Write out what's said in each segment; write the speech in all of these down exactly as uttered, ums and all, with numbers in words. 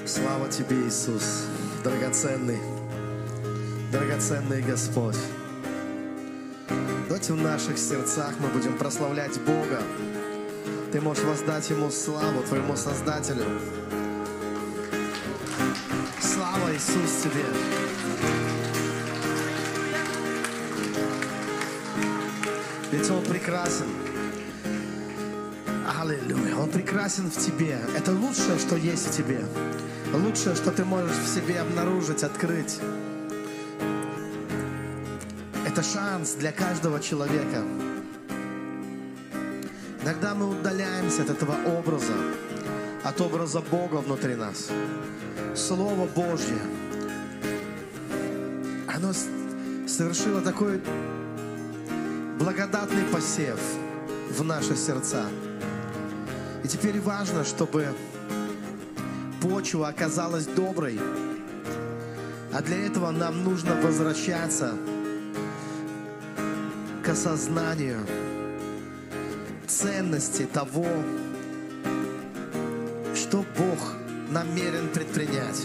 Слава Тебе, Иисус, драгоценный, драгоценный Господь. Давайте в наших сердцах мы будем прославлять Бога. Ты можешь воздать Ему славу, Твоему Создателю. Слава, Иисус, Тебе. Ведь Он прекрасен. Аллилуйя. Он прекрасен в тебе. Это лучшее, что есть в тебе. Лучшее, что ты можешь в себе обнаружить, открыть. Это шанс для каждого человека. Иногда мы удаляемся от этого образа, от образа Бога внутри нас. Слово Божье, оно совершило такой благодатный посев в наши сердца. И теперь важно, чтобы почва оказалась доброй. А для этого нам нужно возвращаться к осознанию ценности того, что Бог намерен предпринять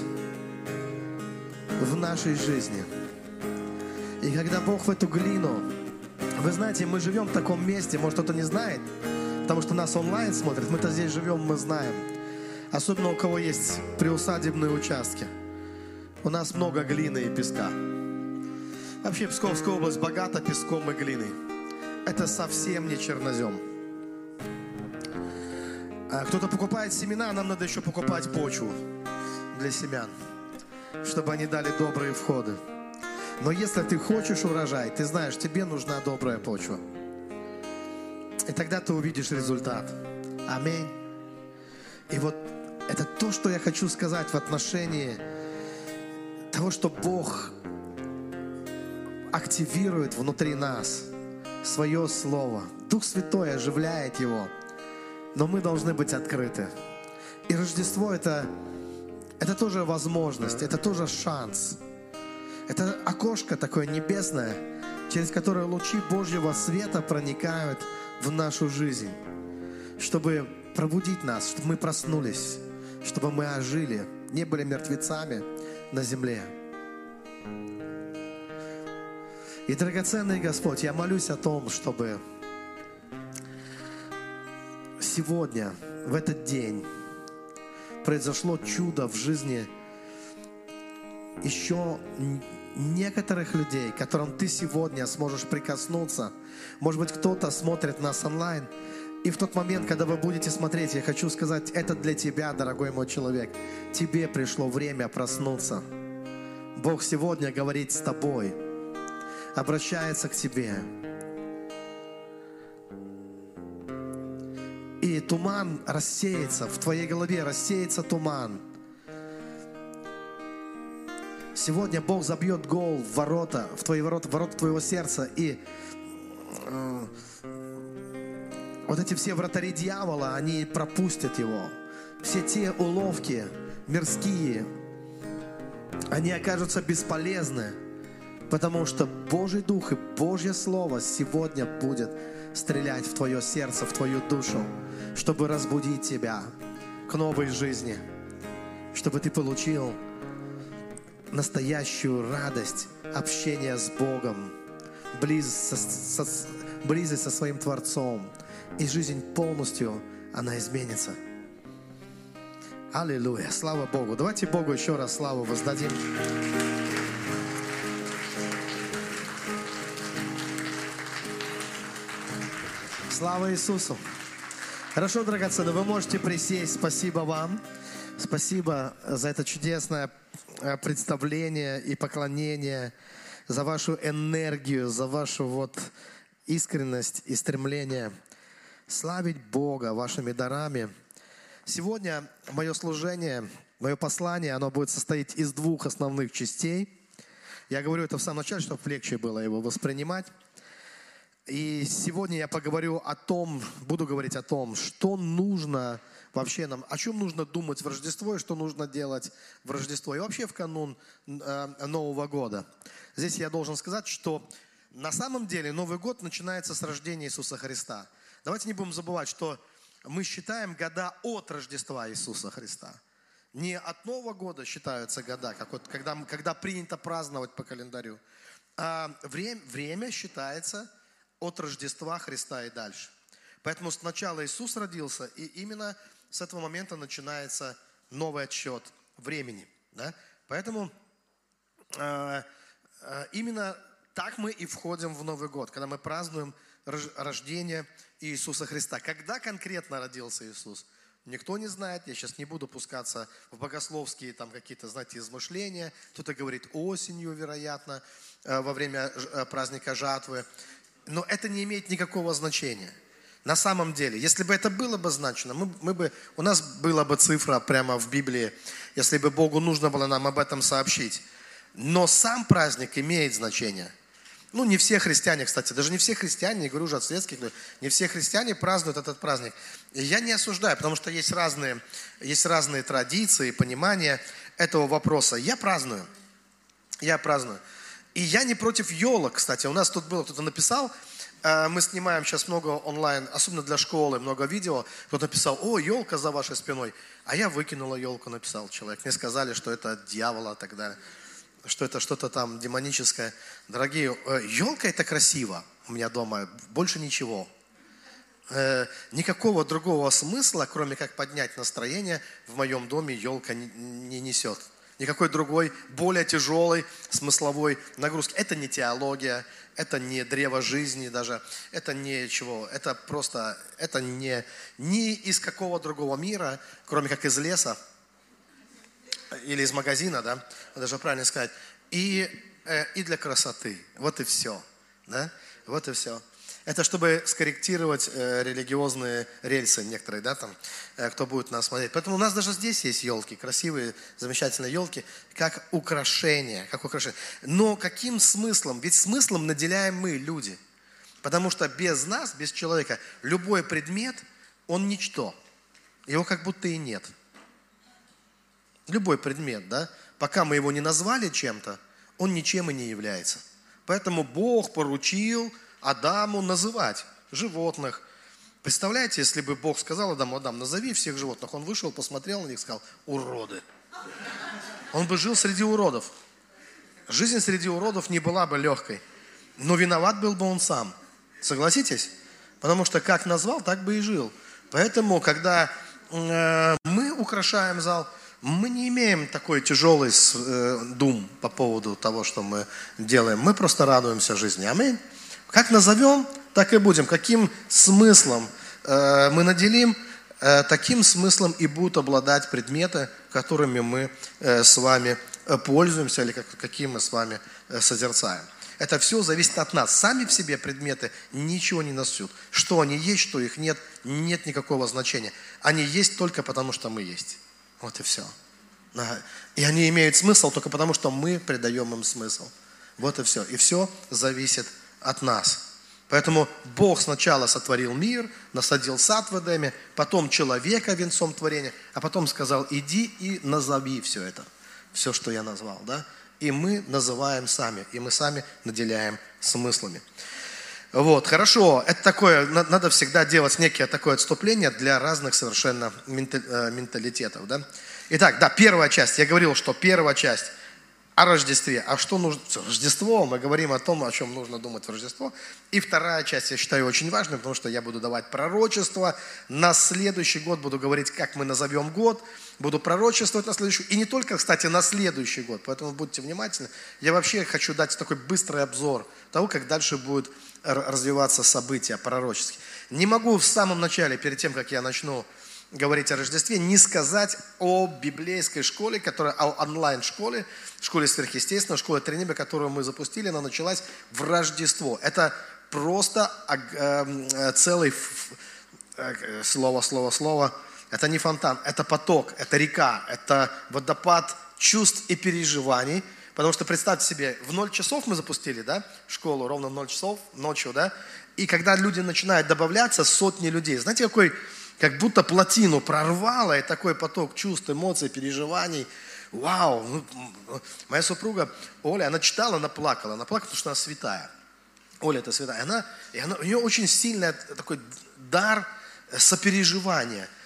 в нашей жизни. И когда Бог в эту глину, вы знаете, мы живем в таком месте, может, кто-то не знает, потому что нас онлайн смотрят, мы-то здесь живем, мы знаем. Особенно у кого есть приусадебные участки. У нас много глины и песка. Вообще Псковская область богата песком и глиной. Это совсем не чернозем. А кто-то покупает семена, нам надо еще покупать почву для семян, чтобы они дали добрые всходы. Но если ты хочешь урожай, ты знаешь, тебе нужна добрая почва. И тогда ты увидишь результат. Аминь. И вот это то, что я хочу сказать в отношении того, что Бог активирует внутри нас свое Слово. Дух Святой оживляет его. Но мы должны быть открыты. И Рождество это, это тоже возможность, это тоже шанс. Это окошко такое небесное, через которое лучи Божьего света проникают в нашу жизнь, чтобы пробудить нас, чтобы мы проснулись, чтобы мы ожили, не были мертвецами на земле. И, драгоценный Господь, я молюсь о том, чтобы сегодня, в этот день, произошло чудо в жизни еще некоторых людей, к которым ты сегодня сможешь прикоснуться. Может быть, кто-то смотрит нас онлайн, и в тот момент, когда вы будете смотреть, я хочу сказать, это для тебя, дорогой мой человек. Тебе пришло время проснуться. Бог сегодня говорит с тобой, обращается к тебе. И туман рассеется, в твоей голове рассеется туман. Сегодня Бог забьет гол в ворота, в твои ворота, в ворота твоего сердца. И э, вот эти все вратари дьявола, они пропустят его. Все те уловки мирские, они окажутся бесполезны. Потому что Божий Дух и Божье Слово сегодня будет стрелять в твое сердце, в твою душу, чтобы разбудить тебя к новой жизни, чтобы ты получил настоящую радость общения с Богом, близость со, со, близость со своим Творцом, и жизнь полностью, она изменится. Аллилуйя, слава Богу. Давайте Богу еще раз славу воздадим. Слава Иисусу. Хорошо, драгоценные, вы можете присесть. Спасибо вам. Спасибо за это чудесное представление и поклонение, за вашу энергию, за вашу вот искренность и стремление славить Бога вашими дарами. Сегодня мое служение, мое послание, оно будет состоять из двух основных частей. Я говорю это в самом начале, чтобы легче было его воспринимать. И сегодня я поговорю о том, буду говорить о том, что нужно вообще нам, о чем нужно думать в Рождество и что нужно делать в Рождество. И вообще в канун э, Нового года. Здесь я должен сказать, что на самом деле Новый год начинается с рождения Иисуса Христа. Давайте не будем забывать, что мы считаем года от Рождества Иисуса Христа. Не от Нового года считаются года, как вот, когда, когда принято праздновать по календарю, а время, время считается от Рождества Христа и дальше. Поэтому сначала Иисус родился, и именно с этого момента начинается новый отсчет времени. Да? Поэтому э, э, именно так мы и входим в Новый год, когда мы празднуем рождение Иисуса Христа. Когда конкретно родился Иисус? Никто не знает, я сейчас не буду пускаться в богословские там какие-то, знаете, измышления. Кто-то говорит осенью, вероятно, во время праздника жатвы. Но это не имеет никакого значения. На самом деле, если бы это было бы значено, мы, мы бы, у нас была бы цифра прямо в Библии, если бы Богу нужно было нам об этом сообщить. Но сам праздник имеет значение. Ну, не все христиане, кстати, даже не все христиане, не говорю уже от светских, не все христиане празднуют этот праздник. И я не осуждаю, потому что есть разные, есть разные традиции, понимания этого вопроса. Я праздную, я праздную. И я не против елок, кстати. У нас тут было, кто-то написал, мы снимаем сейчас много онлайн, особенно для школы, много видео. Кто-то написал: о, елка за вашей спиной. А я выкинула елку, написал человек. Мне сказали, что это от дьявола и так далее. Что это что-то там демоническое. Дорогие, елка это красиво у меня дома, больше ничего. Э, никакого другого смысла, кроме как поднять настроение, в моем доме елка не, не несет. Никакой другой, более тяжелой смысловой нагрузки. Это не теология, это не древо жизни даже, это не чего, это просто, это не, не из какого другого мира, кроме как из леса. Или из магазина, да, даже правильно сказать, и, э, и для красоты. Вот и все, да, вот и все. Это чтобы скорректировать э, религиозные рельсы некоторые, да, там, э, кто будет нас смотреть. Поэтому у нас даже здесь есть елки, красивые, замечательные елки, как украшение, как украшение. Но каким смыслом? Ведь смыслом наделяем мы, люди. Потому что без нас, без человека, любой предмет, он ничто. Его как будто и нет. Любой предмет, да, пока мы его не назвали чем-то, он ничем и не является. Поэтому Бог поручил Адаму называть животных. Представляете, если бы Бог сказал Адаму: Адам, назови всех животных. Он вышел, посмотрел на них и сказал: уроды. Он бы жил среди уродов. Жизнь среди уродов не была бы легкой. Но виноват был бы он сам. Согласитесь? Потому что как назвал, так бы и жил. Поэтому, когда э, мы украшаем зал, мы не имеем такой тяжелый э, дум по поводу того, что мы делаем. Мы просто радуемся жизни. Аминь. Как назовем, так и будем. Каким смыслом э, мы наделим, э, таким смыслом и будут обладать предметы, которыми мы э, с вами пользуемся или как, каким мы с вами э, созерцаем. Это все зависит от нас. Сами в себе предметы ничего не несут. Что они есть, что их нет, нет никакого значения. Они есть только потому, что мы есть. Вот и все. И они имеют смысл только потому, что мы придаем им смысл. Вот и все. И все зависит от нас. Поэтому Бог сначала сотворил мир, насадил сад в Эдеме, потом человека венцом творения, а потом сказал: иди и назови все это. Все, что я назвал. Да? И мы называем сами. И мы сами наделяем смыслами. Вот, хорошо. Это такое, надо всегда делать некое такое отступление для разных совершенно менталитетов. Да? Итак, да, первая часть. Я говорил, что первая часть о Рождестве. А что нужно? Рождество. Мы говорим о том, о чем нужно думать в Рождество. И вторая часть, я считаю, очень важной, потому что я буду давать пророчество. На следующий год буду говорить, как мы назовем год. Буду пророчествовать на следующий. И не только, кстати, на следующий год. Поэтому будьте внимательны. Я вообще хочу дать такой быстрый обзор того, как дальше будут развиваться события пророческие. Не могу в самом начале, перед тем, как я начну говорить о Рождестве, не сказать о библейской школе, которая, о онлайн-школе, школе сверхъестественного, школе Три неба, которую мы запустили. Она началась в Рождество. Это просто целый слово, слово, слово. Это не фонтан, это поток, это река, это водопад чувств и переживаний. Потому что представьте себе, в ноль часов мы запустили, да, школу, ровно в ноль часов, ночью, да. И когда люди начинают добавляться, сотни людей, знаете, какой... Как будто плотину прорвало, и такой поток чувств, эмоций, переживаний. Вау! Ну, моя супруга Оля, она читала, она плакала. Она плакала, потому что она святая. Оля это святая. Она, и она, у нее очень сильный такой дар сопереживания.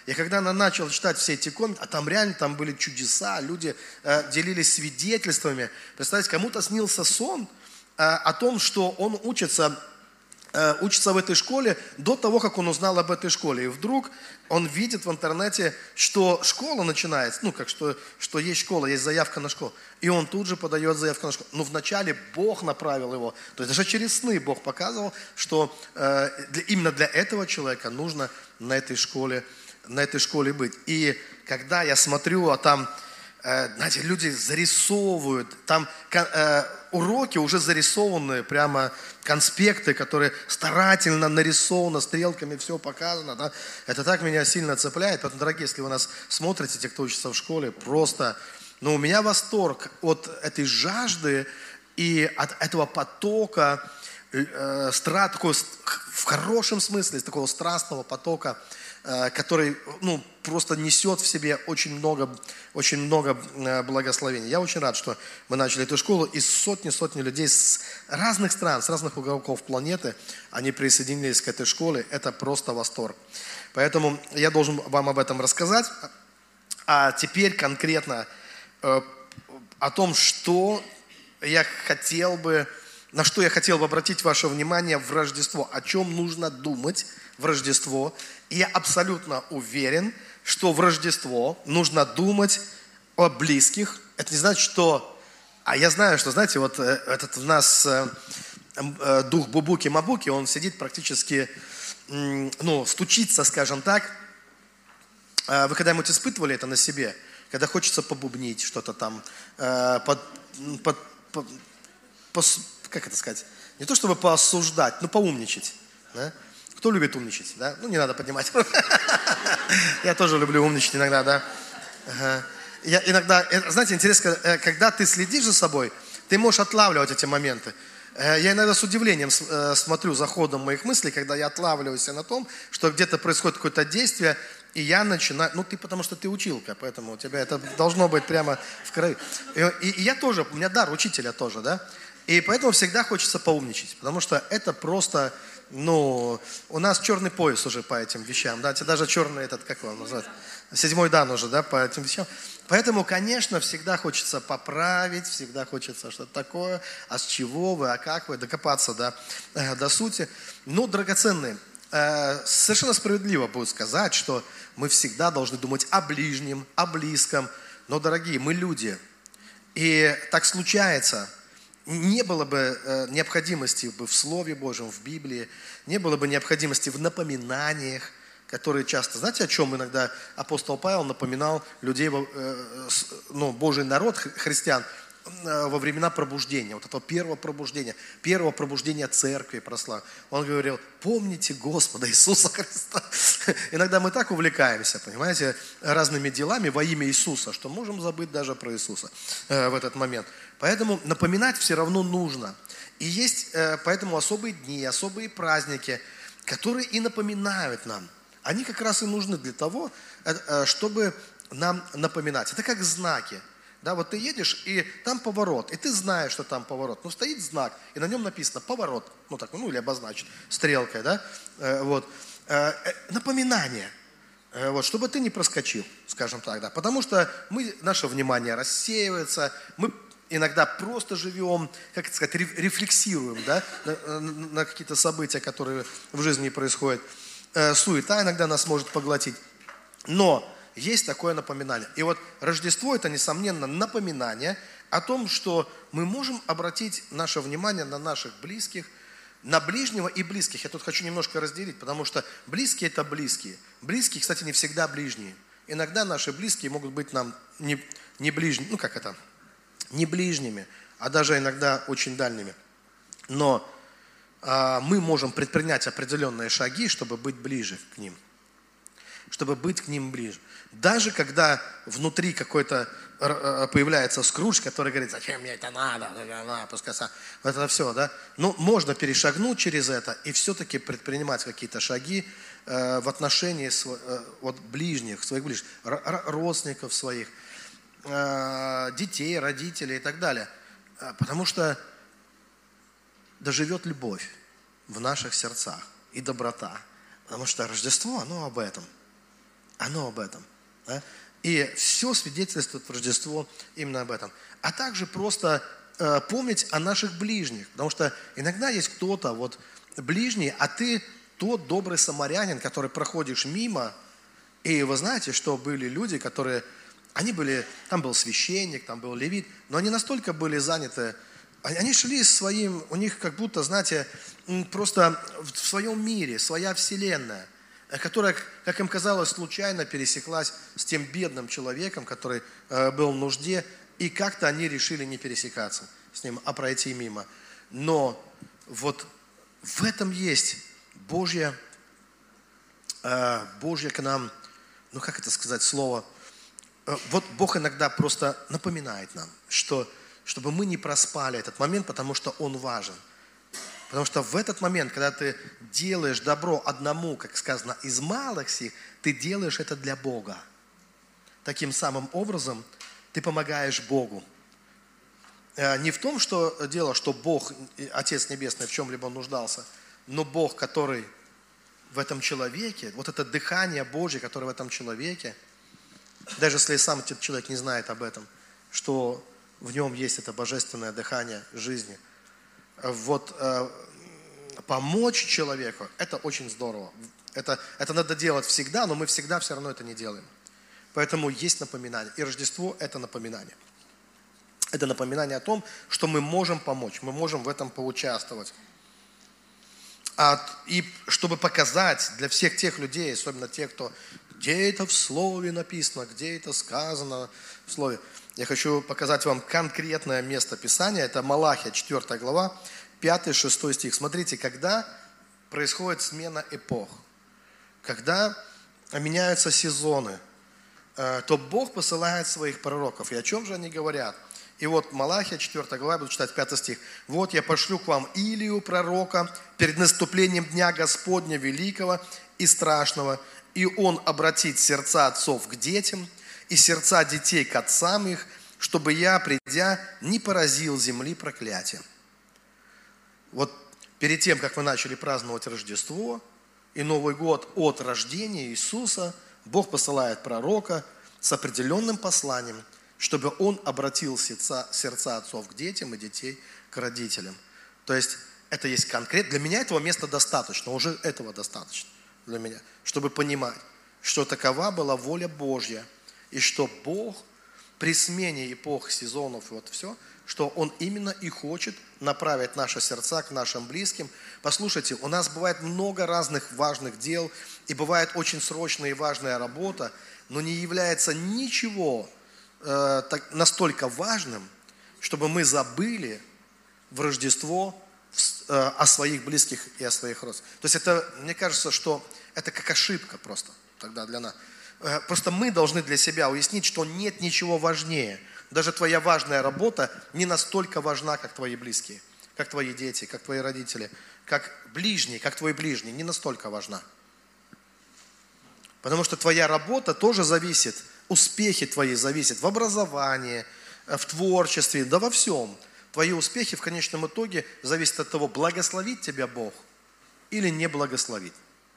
И когда она начала читать все эти комменты, а там реально там были чудеса, люди э, делились свидетельствами. Представьте, кому-то снился сон э, о том, что он учится, э, учится в этой школе до того, как он узнал об этой школе. И вдруг он видит в интернете, что школа начинается, ну, как что, что есть школа, есть заявка на школу. И он тут же подает заявку на школу. Но вначале Бог направил его. То есть даже через сны Бог показывал, что э, для, именно для этого человека нужно на этой школе, на этой школе быть. И когда я смотрю, а там, э, знаете, люди зарисовывают, там э, уроки уже зарисованы, прямо конспекты, которые старательно нарисованы, стрелками все показано. Да? Это так меня сильно цепляет. Поэтому, дорогие, если вы нас смотрите, те, кто учится в школе, просто, ну, у меня восторг от этой жажды и от этого потока, э, стра, такого, в хорошем смысле, такого страстного потока, э, который, ну, просто несет в себе очень много, очень много благословений. Я очень рад, что мы начали эту школу, и сотни-сотни людей с разных стран, с разных уголков планеты, они присоединились к этой школе. Это просто восторг. Поэтому я должен вам об этом рассказать. А теперь конкретно э, о том, что я хотел бы, на что я хотел бы обратить ваше внимание в Рождество, о чем нужно думать в Рождество. И я абсолютно уверен, что в Рождество нужно думать о близких. Это не значит, что... А я знаю, что, знаете, вот этот у нас дух Бубуки-Мабуки, он сидит практически, ну, стучится, скажем так. Вы когда-нибудь испытывали это на себе? Когда хочется побубнить что-то там, под, под, под, пос, как это сказать? Не то чтобы поосуждать, но поумничать, да? Кто любит умничать, да? Ну, не надо поднимать. Я тоже люблю умничать иногда, да. Я иногда, знаете, интересно, когда ты следишь за собой, ты можешь отлавливать эти моменты. Я иногда с удивлением смотрю за ходом моих мыслей, когда я отлавливаюсь на том, что где-то происходит какое-то действие, и я начинаю, ну, ты потому что ты училка, поэтому у тебя это должно быть прямо в крови. И, и я тоже, у меня дар учителя тоже, да. И поэтому всегда хочется поумничать, потому что это просто... Ну, у нас черный пояс уже по этим вещам, да, даже черный этот, как его назвать, седьмой дан уже, да, по этим вещам. Поэтому, конечно, всегда хочется поправить, всегда хочется что-то такое, а с чего вы, а как вы, докопаться до, до сути. Ну, драгоценные, совершенно справедливо будет сказать, что мы всегда должны думать о ближнем, о близком, но, дорогие, мы люди, и так случается. Не было бы э, необходимости бы в Слове Божьем, в Библии, не было бы необходимости в напоминаниях, которые часто, знаете, о чем иногда апостол Павел напоминал людей, э, ну, Божий народ, христиан, э, во времена пробуждения, вот этого первого пробуждения, первого пробуждения церкви прослав. Он говорил: помните Господа Иисуса Христа. Иногда мы так увлекаемся, понимаете, разными делами во имя Иисуса, что можем забыть даже про Иисуса э, в этот момент. Поэтому напоминать все равно нужно. И есть э, поэтому особые дни, особые праздники, которые и напоминают нам. Они как раз и нужны для того, э, э, чтобы нам напоминать. Это как знаки. Да, вот ты едешь, и там поворот, и ты знаешь, что там поворот. Но стоит знак, и на нем написано «поворот». Ну, так, ну или обозначен стрелкой, да. Э, вот. э, э, напоминание. Э, вот, чтобы ты не проскочил, скажем так, да. Потому что мы, наше внимание рассеивается, мы иногда просто живем, как это сказать, рефлексируем, да, на, на какие-то события, которые в жизни происходят. Э, суета иногда нас может поглотить. Но есть такое напоминание. И вот Рождество – это, несомненно, напоминание о том, что мы можем обратить наше внимание на наших близких, на ближнего и близких. Я тут хочу немножко разделить, потому что близкие – это близкие. Близкие, кстати, не всегда ближние. Иногда наши близкие могут быть нам не, не ближними, ну как это, не ближними, а даже иногда очень дальними. Но а, мы можем предпринять определенные шаги, чтобы быть ближе к ним. Чтобы быть к ним ближе. Даже когда внутри какой-то появляется Скрудж, который говорит: зачем мне это надо, пускай сам. Вот это все, да. Но можно перешагнуть через это и все-таки предпринимать какие-то шаги э, в отношении св... э, вот ближних, своих ближних, р- родственников своих, э, детей, родителей и так далее. Потому что да живет любовь в наших сердцах и доброта. Потому что Рождество, оно об этом. оно об этом. Да? И все свидетельствует в Рождество именно об этом. А также просто э, помнить о наших ближних. Потому что иногда есть кто-то, вот ближний, а ты тот добрый самарянин, который проходишь мимо. И вы знаете, что были люди, которые, они были, там был священник, там был левит, но они настолько были заняты, они шли своим, у них как будто, знаете, просто в своем мире, своя вселенная, которая, как им казалось, случайно пересеклась с тем бедным человеком, который э, был в нужде, и как-то они решили не пересекаться с ним, а пройти мимо. Но вот в этом есть Божья, э, Божья к нам, ну как это сказать слово, э, вот Бог иногда просто напоминает нам, что, чтобы мы не проспали этот момент, потому что он важен. Потому что в этот момент, когда ты делаешь добро одному, как сказано, из малых сих, ты делаешь это для Бога. Таким самым образом ты помогаешь Богу. Не в том, что дело, что Бог, Отец Небесный, в чем-либо нуждался, но Бог, который в этом человеке, вот это дыхание Божье, которое в этом человеке, даже если сам этот человек не знает об этом, что в нем есть это божественное дыхание жизни, вот э, помочь человеку, это очень здорово. Это, это надо делать всегда, но мы всегда все равно это не делаем. Поэтому есть напоминание. И Рождество – это напоминание. Это напоминание о том, что мы можем помочь, мы можем в этом поучаствовать. А, и чтобы показать для всех тех людей, особенно тех, кто, где это в Слове написано, где это сказано в Слове. Я хочу показать вам конкретное место Писания. Это Малахия, четвёртая глава, пятый-шестой стих. Смотрите, когда происходит смена эпох, когда меняются сезоны, то Бог посылает своих пророков. И о чем же они говорят? И вот Малахия, четвёртая глава, я буду читать пятый стих. «Вот я пошлю к вам Илию, пророка, перед наступлением Дня Господня великого и страшного, и он обратит сердца отцов к детям, и сердца детей к отцам их, чтобы я, придя, не поразил земли проклятием». Вот перед тем, как мы начали праздновать Рождество и Новый год от рождения Иисуса, Бог посылает пророка с определенным посланием, чтобы он обратил сердца, сердца отцов к детям и детей к родителям. То есть это есть конкретно. Для меня этого места достаточно, уже этого достаточно для меня, чтобы понимать, что такова была воля Божья, и что Бог при смене эпох, сезонов и вот все, что Он именно и хочет направить наши сердца к нашим близким. Послушайте, у нас бывает много разных важных дел, и бывает очень срочная и важная работа, но не является ничего э, так, настолько важным, чтобы мы забыли в Рождество в, э, о своих близких и о своих родственниках. То есть это, мне кажется, что это как ошибка просто тогда для нас. Просто мы должны для себя уяснить, что нет ничего важнее. Даже твоя важная работа не настолько важна, как твои близкие, как твои дети, как твои родители, как ближние, как твой ближний, не настолько важна. Потому что твоя работа тоже зависит, успехи твои зависят в образовании, в творчестве, да во всем. Твои успехи в конечном итоге зависят от того, благословит тебя Бог или не благословит.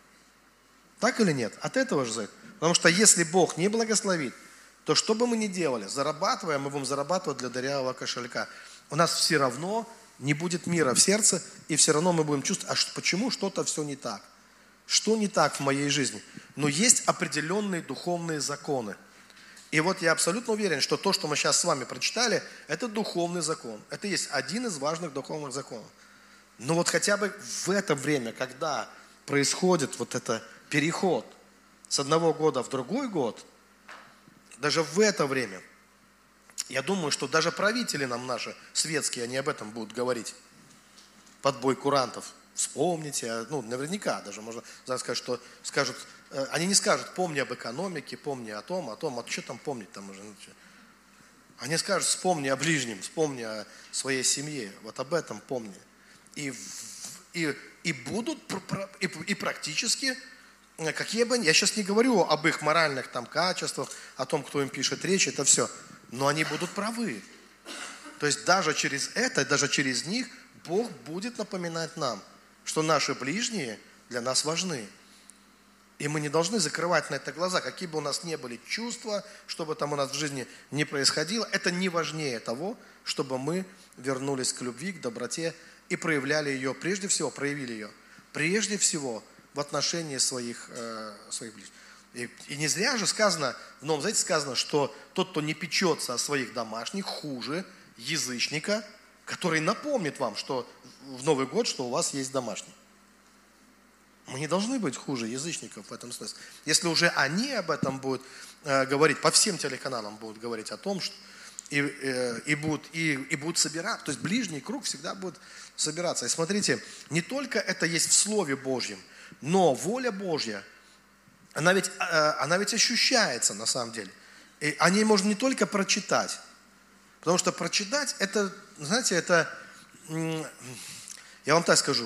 Так или нет? От этого же зависит. Потому что если Бог не благословит, то что бы мы ни делали, зарабатывая, мы будем зарабатывать для дырявого кошелька. У нас все равно не будет мира в сердце, и все равно мы будем чувствовать, а почему что-то все не так? Что не так в моей жизни? Но есть определенные духовные законы. И вот я абсолютно уверен, что то, что мы сейчас с вами прочитали, это духовный закон. Это есть один из важных духовных законов. Но вот хотя бы в это время, когда происходит вот это переход с одного года в другой год, даже в это время, я думаю, что даже правители нам наши, светские, они об этом будут говорить. Подбой курантов. Вспомните, ну, наверняка даже можно сказать, что скажут, они не скажут, помни об экономике, помни о том, о том, а что там помнить там уже. Они скажут, вспомни о ближнем, вспомни о своей семье, вот об этом помни. И, и, и будут, и, и практически, какие бы они, я сейчас не говорю об их моральных там качествах, о том, кто им пишет речь, это все, но они будут правы. То есть даже через это, даже через них Бог будет напоминать нам, что наши ближние для нас важны. И мы не должны закрывать на это глаза, какие бы у нас ни были чувства, что бы там у нас в жизни не происходило. Это не важнее того, чтобы мы вернулись к любви, к доброте и проявляли ее, прежде всего, проявили ее, прежде всего в отношении своих, э, своих ближних. И, и не зря же сказано, в Новом Завете сказано, что тот, кто не печется о своих домашних, хуже язычника, который напомнит вам, что в Новый год, что у вас есть домашний. Мы не должны быть хуже язычников в этом смысле. Если уже они об этом будут э, говорить, по всем телеканалам будут говорить о том, что и, э, и, будут, и, и будут собираться, то есть ближний круг всегда будет собираться. И смотрите, не только это есть в Слове Божьем, но воля Божья, она ведь, э, она ведь ощущается на самом деле. И о ней можно не только прочитать, потому что прочитать, это, знаете, это, я вам так скажу,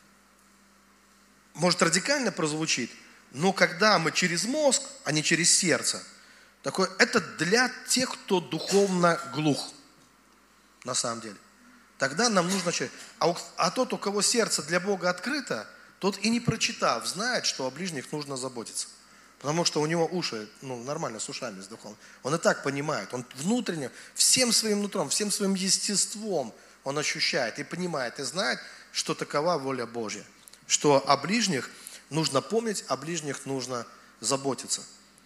может радикально прозвучит, но когда мы через мозг, а не через сердце, такое, это для тех, кто духовно глух, на самом деле. Тогда нам нужно... А, у, а тот, у кого сердце для Бога открыто, тот и не прочитав, знает, что о ближних нужно заботиться. Потому что у него уши, ну, нормально с ушами, с духом. Он и так понимает, он внутренне, всем своим нутром, всем своим естеством он ощущает и понимает, и знает, что такова воля Божья. Что о ближних нужно помнить, о ближних нужно заботиться.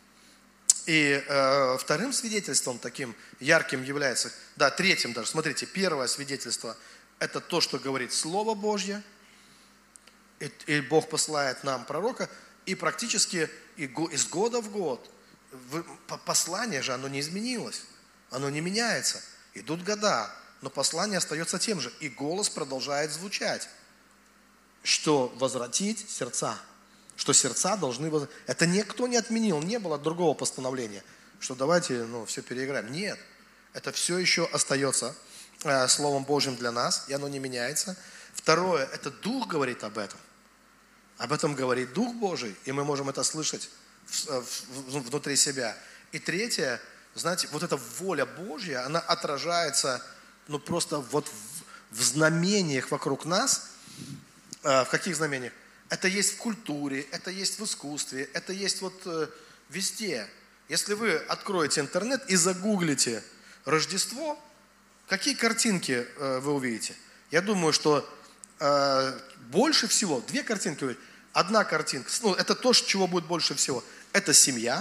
И э, вторым свидетельством таким ярким является, да, третьим даже, смотрите, первое свидетельство, это то, что говорит Слово Божье, и, и Бог посылает нам пророка, и практически и го, из года в год в, послание же, оно не изменилось, оно не меняется. Идут года, но послание остается тем же, и голос продолжает звучать. Что возвратить сердца, что сердца должны возвратить. Это никто не отменил, не было другого постановления, что давайте, ну, все переиграем. Нет, это все еще остается э, Словом Божьим для нас, и оно не меняется. Второе, это Дух говорит об этом. Об этом говорит Дух Божий, и мы можем это слышать в, в, внутри себя. И третье, знаете, вот эта воля Божья, она отражается, ну, просто вот в, в знамениях вокруг нас. В каких знамениях? Это есть в культуре, это есть в искусстве, это есть вот э, везде. Если вы откроете интернет и загуглите Рождество, какие картинки э, вы увидите? Я думаю, что э, больше всего, две картинки увидите. Одна картинка, ну, это то, чего будет больше всего. Это семья,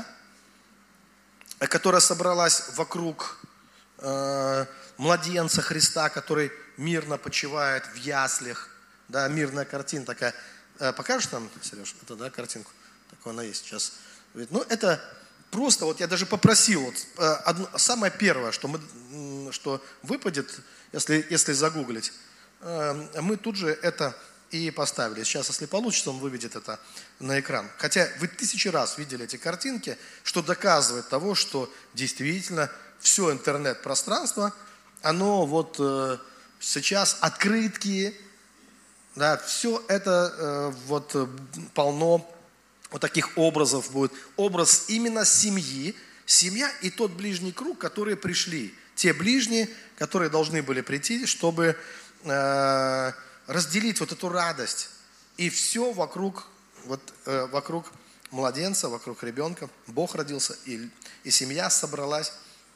которая собралась вокруг э, младенца Христа, который мирно почивает в яслях. Да, мирная картина такая. Покажешь нам, Сереж, это, да, картинку? Такая она есть сейчас. Ну, это просто, вот я даже попросил, вот, одно, самое первое, что, мы, что выпадет, если, если загуглить, мы тут же это и поставили. Сейчас, если получится, он выведет это на экран. Хотя вы тысячи раз видели эти картинки, что доказывает того, что действительно все интернет-пространство, оно вот сейчас открытки, да, все это э, вот полно вот таких образов будет. Образ именно семьи, семья и тот ближний круг, которые пришли. Те ближние, которые должны были прийти, чтобы э, разделить вот эту радость. И все вокруг, вот, э, вокруг младенца, вокруг ребенка. Бог родился, и, и семья собралась.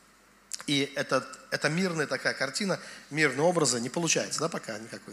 И это, это мирная такая картина, мирные образы не получается, да, пока никакой.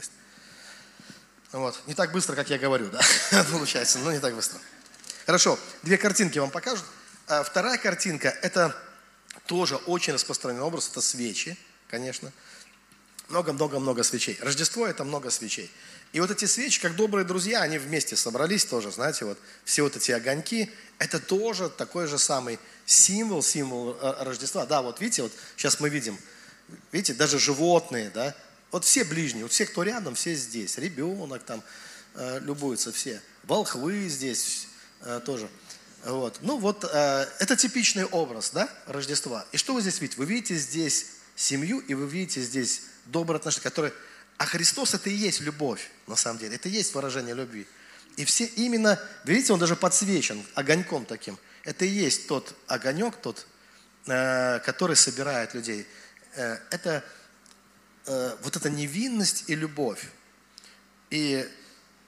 Вот. Не так быстро, как я говорю, да, получается, но не так быстро. Хорошо, две картинки вам покажут. А вторая картинка, это тоже очень распространенный образ, это свечи, конечно. Много-много-много свечей. Рождество – это много свечей. И вот эти свечи, как добрые друзья, они вместе собрались тоже, знаете, вот все вот эти огоньки, это тоже такой же самый символ, символ Рождества. Да, вот видите, вот сейчас мы видим, видите, даже животные, да, вот все ближние, вот все, кто рядом, все здесь. Ребенок там э, любуется, все. Волхвы здесь э, тоже. Вот. Ну вот, э, это типичный образ, да, Рождества. И что вы здесь видите? Вы видите здесь семью, и вы видите здесь добрые отношения, которые... А Христос – это и есть любовь, на самом деле. Это и есть выражение любви. И все именно, видите, он даже подсвечен огоньком таким. Это и есть тот огонек, тот, э, который собирает людей. Э, это... вот эта невинность и любовь. И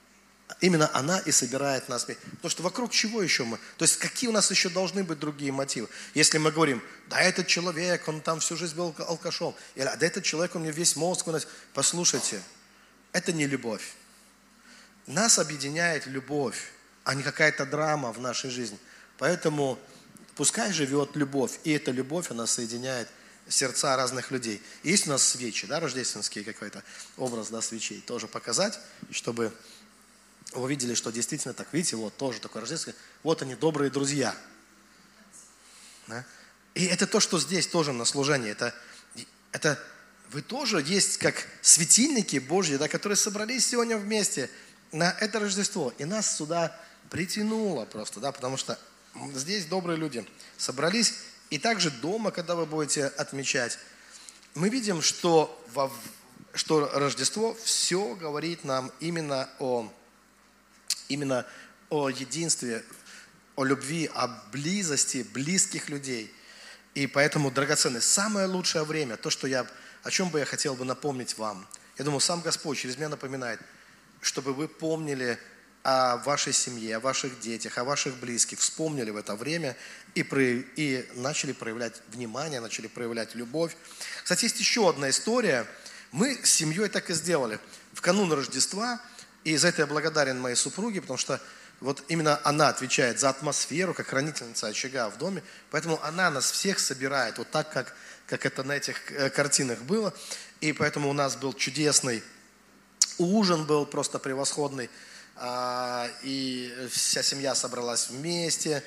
Именно она и собирает нас. Потому что вокруг чего еще мы? То есть какие у нас еще должны быть другие мотивы? Если мы говорим, да этот человек, он там всю жизнь был алкашом. Или да этот человек, он мне весь мозг уносит. Послушайте, это не любовь. Нас объединяет любовь, а не какая-то драма в нашей жизни. Поэтому пускай живет любовь. И эта любовь, она соединяет сердца разных людей. И есть у нас свечи, да, рождественские какой-то образ, да, свечей. Тоже показать, чтобы вы видели, что действительно так. Видите, вот тоже такое рождественское. Вот они, добрые друзья. Да? И это то, что здесь тоже на служении. Это, это вы тоже есть как светильники Божьи, да, которые собрались сегодня вместе на это Рождество. И нас сюда притянуло просто, да, потому что здесь добрые люди собрались. И также дома, когда вы будете отмечать, мы видим, что, во, что Рождество все говорит нам именно о, именно о единстве, о любви, о близости близких людей. И поэтому, драгоценное, самое лучшее время, то, что я, о чем бы я хотел бы напомнить вам. Я думаю, сам Господь через меня напоминает, чтобы вы помнили о вашей семье, о ваших детях, о ваших близких, вспомнили в это время и, про, и начали проявлять внимание, начали проявлять любовь. Кстати, есть еще одна история. Мы с семьей так и сделали. В канун Рождества, и за это я благодарен моей супруге, потому что вот именно она отвечает за атмосферу, как хранительница очага в доме, поэтому она нас всех собирает, вот так, как, как это на этих картинах было. И поэтому у нас был чудесный ужин, был просто превосходный. И вся семья собралась вместе.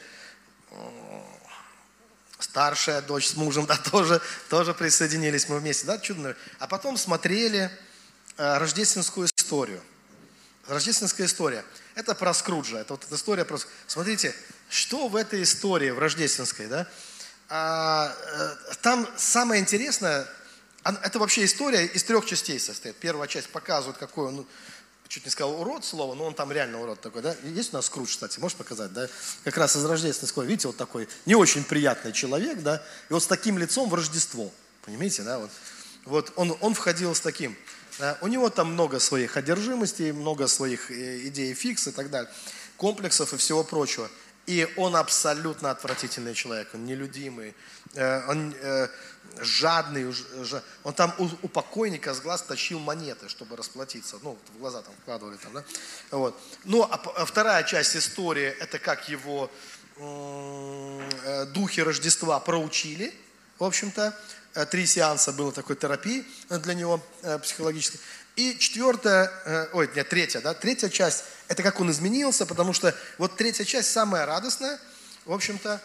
Старшая дочь с мужем, да, тоже, тоже присоединились мы вместе, да, чудно. А потом смотрели рождественскую историю. Рождественская история. Это про Скруджа. Это вот эта история про... Смотрите, что в этой истории, в рождественской, да? А, там самое интересное, это вообще история из трех частей состоит. Первая часть показывает, какой он, чуть не сказал урод слово, но он там реально урод такой, да? Есть у нас Скрудж, кстати, можешь показать, да? Как раз из рождественской, видите, вот такой не очень приятный человек, да? И вот с таким лицом в Рождество, понимаете, да? Вот, вот он, он входил с таким. Да? У него там много своих одержимостей, много своих идей фикс и так далее, комплексов и всего прочего. И он абсолютно отвратительный человек, он нелюдимый, он жадный, он там у, у покойника с глаз тащил монеты, чтобы расплатиться, ну, в глаза там вкладывали там, да, вот. Ну, а вторая часть истории, это как его духи Рождества проучили, в общем-то, три сеанса было такой терапии для него психологической. И четвертая, ой, нет, третья, да, третья часть, это как он изменился, потому что вот третья часть самая радостная, в общем-то,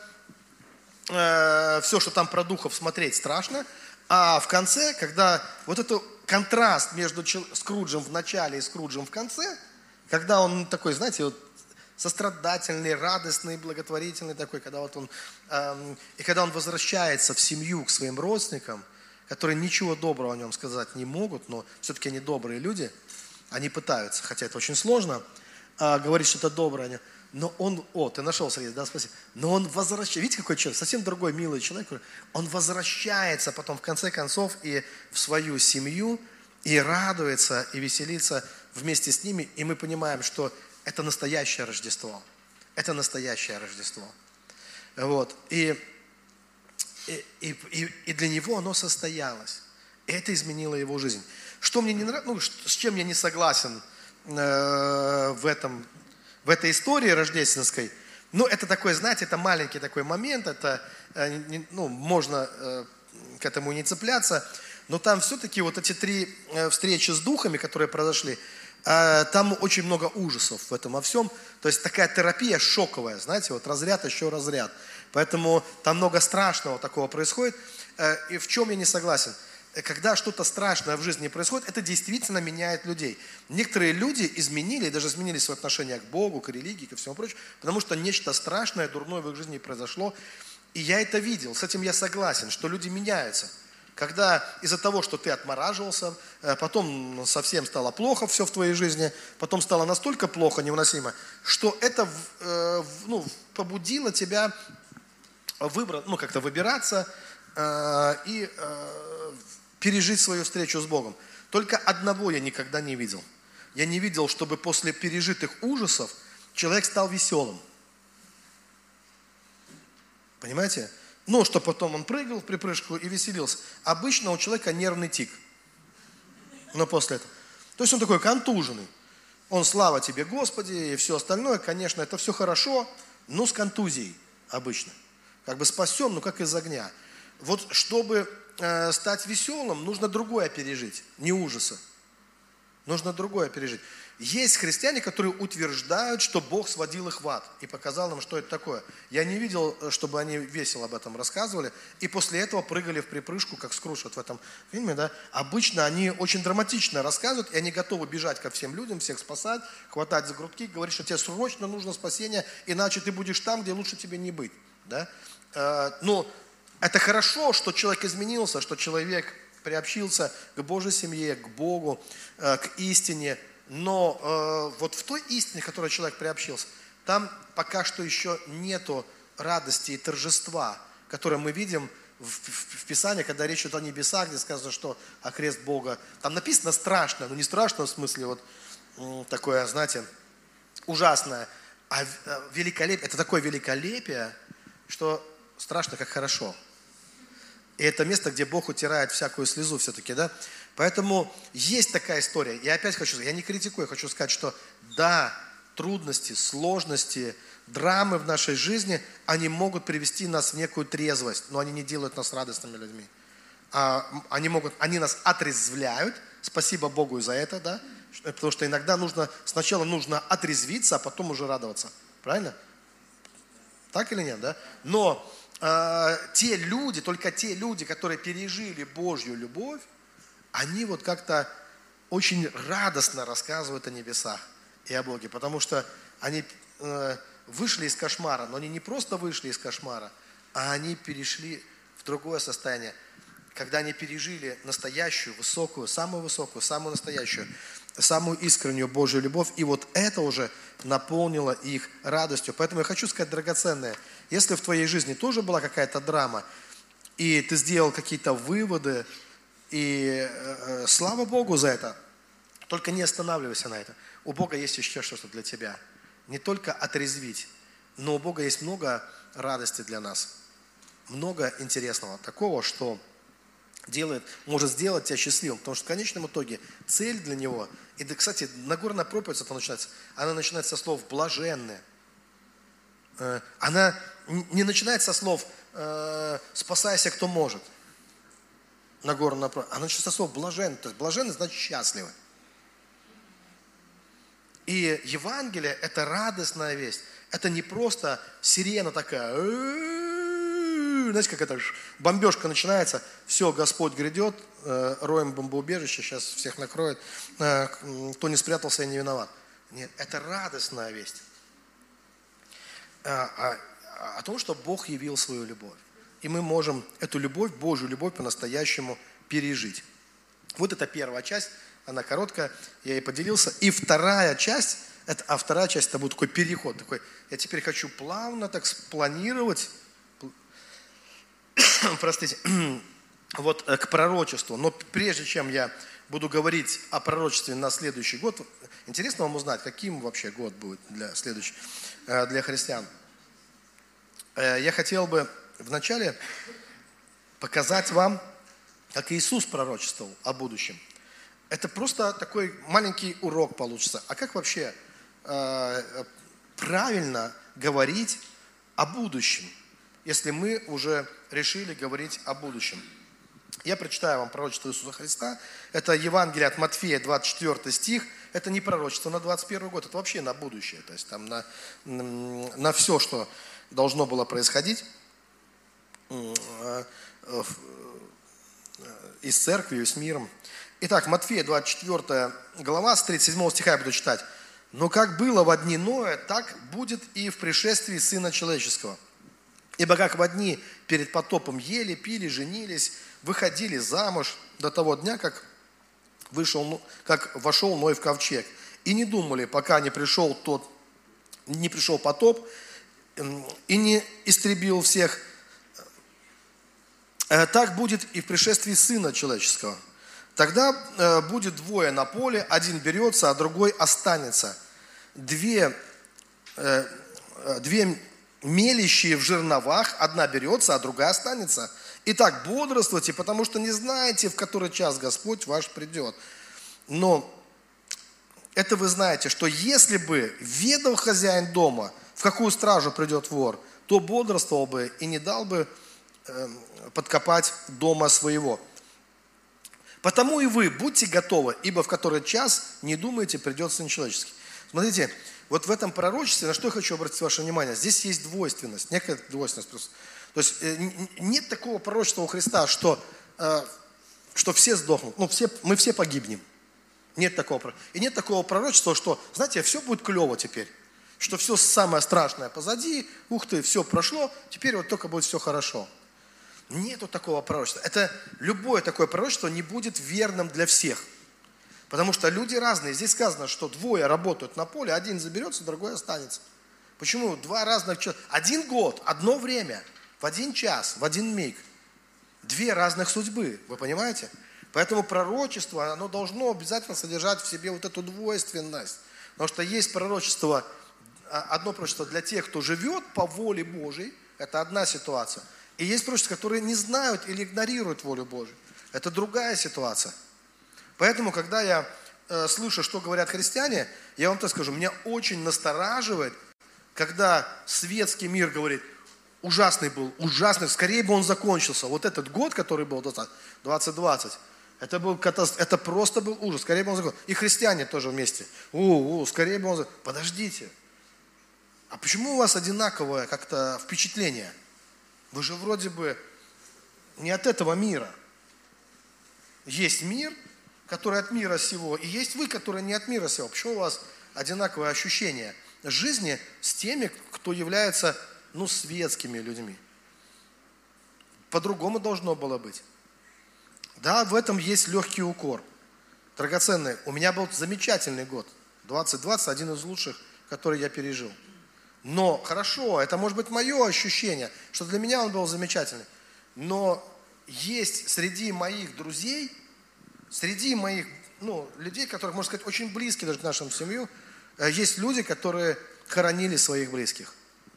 э, все, что там про духов смотреть страшно, а в конце, когда вот этот контраст между Скруджем в начале и Скруджем в конце, когда он такой, знаете, вот сострадательный, радостный, благотворительный такой, когда вот он, э, и когда он возвращается в семью к своим родственникам, которые ничего доброго о нем сказать не могут, но все-таки они добрые люди, они пытаются, хотя это очень сложно, а, говорить что-то доброе о нем. Но он, о, ты нашел, Сергей, да, спасибо. Но он возвращается, видите, какой человек, совсем другой, милый человек, он возвращается потом в конце концов и в свою семью, и радуется, и веселится вместе с ними, и мы понимаем, что это настоящее Рождество. Это настоящее Рождество. Вот, и... И, и, и для него оно состоялось. И это изменило его жизнь. Что мне не нравится, ну, с чем я не согласен э, в, этом, в этой истории рождественской, ну, это такой, знаете, это маленький такой момент, это, э, не, ну, можно э, к этому не цепляться, но там все-таки вот эти три э, встречи с духами, которые произошли, э, там очень много ужасов в этом во всем. То есть такая терапия шоковая, знаете, вот разряд еще разряд. Поэтому там много страшного такого происходит. И в чем я не согласен? Когда что-то страшное в жизни происходит, это действительно меняет людей. Некоторые люди изменили, даже изменили свое отношение к Богу, к религии, ко всему прочему, потому что нечто страшное, дурное в их жизни произошло. И я это видел, с этим я согласен, что люди меняются. Когда из-за того, что ты отмораживался, потом совсем стало плохо все в твоей жизни, потом стало настолько плохо, невыносимо, что это ну, побудило тебя выбрать, ну, как-то выбираться э, и э, пережить свою встречу с Богом. Только одного я никогда не видел. я не видел, чтобы после пережитых ужасов человек стал веселым. Понимаете? Ну, что потом он прыгал в припрыжку и веселился. Обычно у человека нервный тик. Но после этого. То есть он такой контуженный. Он, слава тебе, Господи, и все остальное, конечно, это все хорошо, но с контузией обычно. Как бы спасем, но как из огня. Вот чтобы э, стать веселым, нужно другое пережить, не ужаса. Нужно другое пережить. Есть христиане, которые утверждают, что Бог сводил их в ад и показал им, что это такое. Я не видел, чтобы они весело об этом рассказывали, и после этого прыгали в припрыжку, как Скрудж вот в этом фильме. Да? Обычно они очень драматично рассказывают, и они готовы бежать ко всем людям, всех спасать, хватать за грудки, говорить, что тебе срочно нужно спасение, иначе ты будешь там, где лучше тебе не быть. Да? Но это хорошо, что человек изменился, что человек приобщился к Божьей семье, к Богу, к истине. Но э, вот в той истине, в которой человек приобщился, там пока что еще нету радости и торжества, которое мы видим в, в, в Писании, когда речь идет о небесах, где сказано, что о крест Бога. Там написано страшно, но не страшно в смысле вот м, такое, знаете, ужасное, а великолепие. Это такое великолепие, что страшно, как хорошо. И это место, где Бог утирает всякую слезу все-таки, да? Поэтому есть такая история. Я опять хочу сказать, я не критикую, я хочу сказать, что да, трудности, сложности, драмы в нашей жизни, они могут привести нас в некую трезвость, но они не делают нас радостными людьми. А, они, могут, они нас отрезвляют, спасибо Богу и за это, да? Потому что иногда нужно, сначала нужно отрезвиться, а потом уже радоваться. Правильно? Так или нет, да? Но э, те люди, только те люди, которые пережили Божью любовь, они вот как-то очень радостно рассказывают о небесах и о Боге, потому что они э, вышли из кошмара, но они не просто вышли из кошмара, а они перешли в другое состояние, когда они пережили настоящую, высокую, самую высокую, самую настоящую, самую искреннюю Божью любовь, и вот это уже наполнило их радостью. Поэтому я хочу сказать, драгоценное, если в твоей жизни тоже была какая-то драма, и ты сделал какие-то выводы, и э, слава Богу за это. Только не останавливайся на этом. У Бога есть еще что-то для тебя. Не только отрезвить, но у Бога есть много радости для нас. Много интересного. Такого, что делает, может сделать тебя счастливым. Потому что в конечном итоге цель для него. И, да, кстати, Нагорная проповедь это начинается. Она начинается со слов «блаженные». Э, она не начинается со слов э, «спасайся, кто может». Нагорная проповедь. Она начинается со слов «блаженный». То есть блаженный значит счастливый. И Евангелие – это радостная весть. Это не просто сирена такая. Знаете, как это бомбежка начинается. Все, Господь грядет, роем бомбоубежище, сейчас всех накроет. Кто не спрятался, я не виноват. Нет, это радостная весть. О, о том, что Бог явил свою любовь. И мы можем эту любовь, Божью любовь по-настоящему пережить. Вот это первая часть, она короткая, я ей поделился. И вторая часть, это, а вторая часть, это будет такой переход. Такой, я теперь хочу плавно так спланировать, простите, вот к пророчеству. Но прежде чем я буду говорить о пророчестве на следующий год, интересно вам узнать, каким вообще год будет для следующий, для христиан. Я хотел бы вначале показать вам, как Иисус пророчествовал о будущем. Это просто такой маленький урок получится. А как вообще э, правильно говорить о будущем, если мы уже решили говорить о будущем? Я прочитаю вам пророчество Иисуса Христа. Это Евангелие от Матфея, двадцать четвёртый стих. Это не пророчество на двадцать первый год, это вообще на будущее. То есть там на, на все, что должно было происходить и с церковью, и с миром. Итак, Матфея, двадцать четвёртая глава, с тридцать седьмого стиха я буду читать. «Но как было во дни Ноя, так будет и в пришествии Сына Человеческого. Ибо как во дни перед потопом ели, пили, женились, выходили замуж до того дня, как, вышел, как вошел Ной в ковчег. И не думали, пока не пришел тот, не пришел потоп, и не истребил всех. Так будет и в пришествии Сына Человеческого. Тогда э, будет двое на поле, один берется, а другой останется. Две, э, две мелящие в жерновах, одна берется, а другая останется. Итак, бодрствуйте, потому что не знаете, в который час Господь ваш придет. Но это вы знаете, что если бы ведал хозяин дома, в какую стражу придет вор, то бодрствовал бы и не дал бы э, подкопать дома своего. Потому и вы будьте готовы, ибо в который час, не думайте, придет Сын Человеческий. Смотрите, вот в этом пророчестве, на что я хочу обратить ваше внимание, здесь есть двойственность, некая двойственность просто. То есть нет такого пророчества у Христа, что, что все сдохнут, ну все, мы все погибнем. Нет такого. И нет такого пророчества, что, знаете, все будет клево теперь, что все самое страшное позади, ух ты, все прошло, теперь вот только будет все хорошо. Нету такого пророчества. Это любое такое пророчество не будет верным для всех. Потому что люди разные. Здесь сказано, что двое работают на поле, один заберется, другой останется. Почему? Два разных человека. Один год, одно время, в один час, в один миг. Две разных судьбы. Вы понимаете? Поэтому пророчество, оно должно обязательно содержать в себе вот эту двойственность. Потому что есть пророчество, одно пророчество для тех, кто живет по воле Божьей. Это одна ситуация. И есть пророчества, которые не знают или игнорируют волю Божию. Это другая ситуация. Поэтому, когда я э, слышу, что говорят христиане, я вам так скажу, меня очень настораживает, когда светский мир говорит, ужасный был, ужасный, скорее бы он закончился. Вот этот год, который был двадцать двадцать, это, был, это просто был ужас, скорее бы он закончился. И христиане тоже вместе. У, у, скорее бы он закончился. Подождите, а почему у вас одинаковое как-то впечатление? Вы же вроде бы не от этого мира. Есть мир, который от мира сего, и есть вы, которые не от мира сего. Почему у вас одинаковое ощущение жизни с теми, кто является, ну, светскими людьми? По-другому должно было быть. Да, в этом есть легкий укор. Драгоценный, у меня был замечательный год. двадцать двадцать, один из лучших, который я пережил. Но хорошо, это может быть мое ощущение, что для меня он был замечательный. Но есть среди моих друзей, среди моих ну, людей, которых, можно сказать, очень близкие даже к нашему семью, есть люди, которые хоронили своих близких.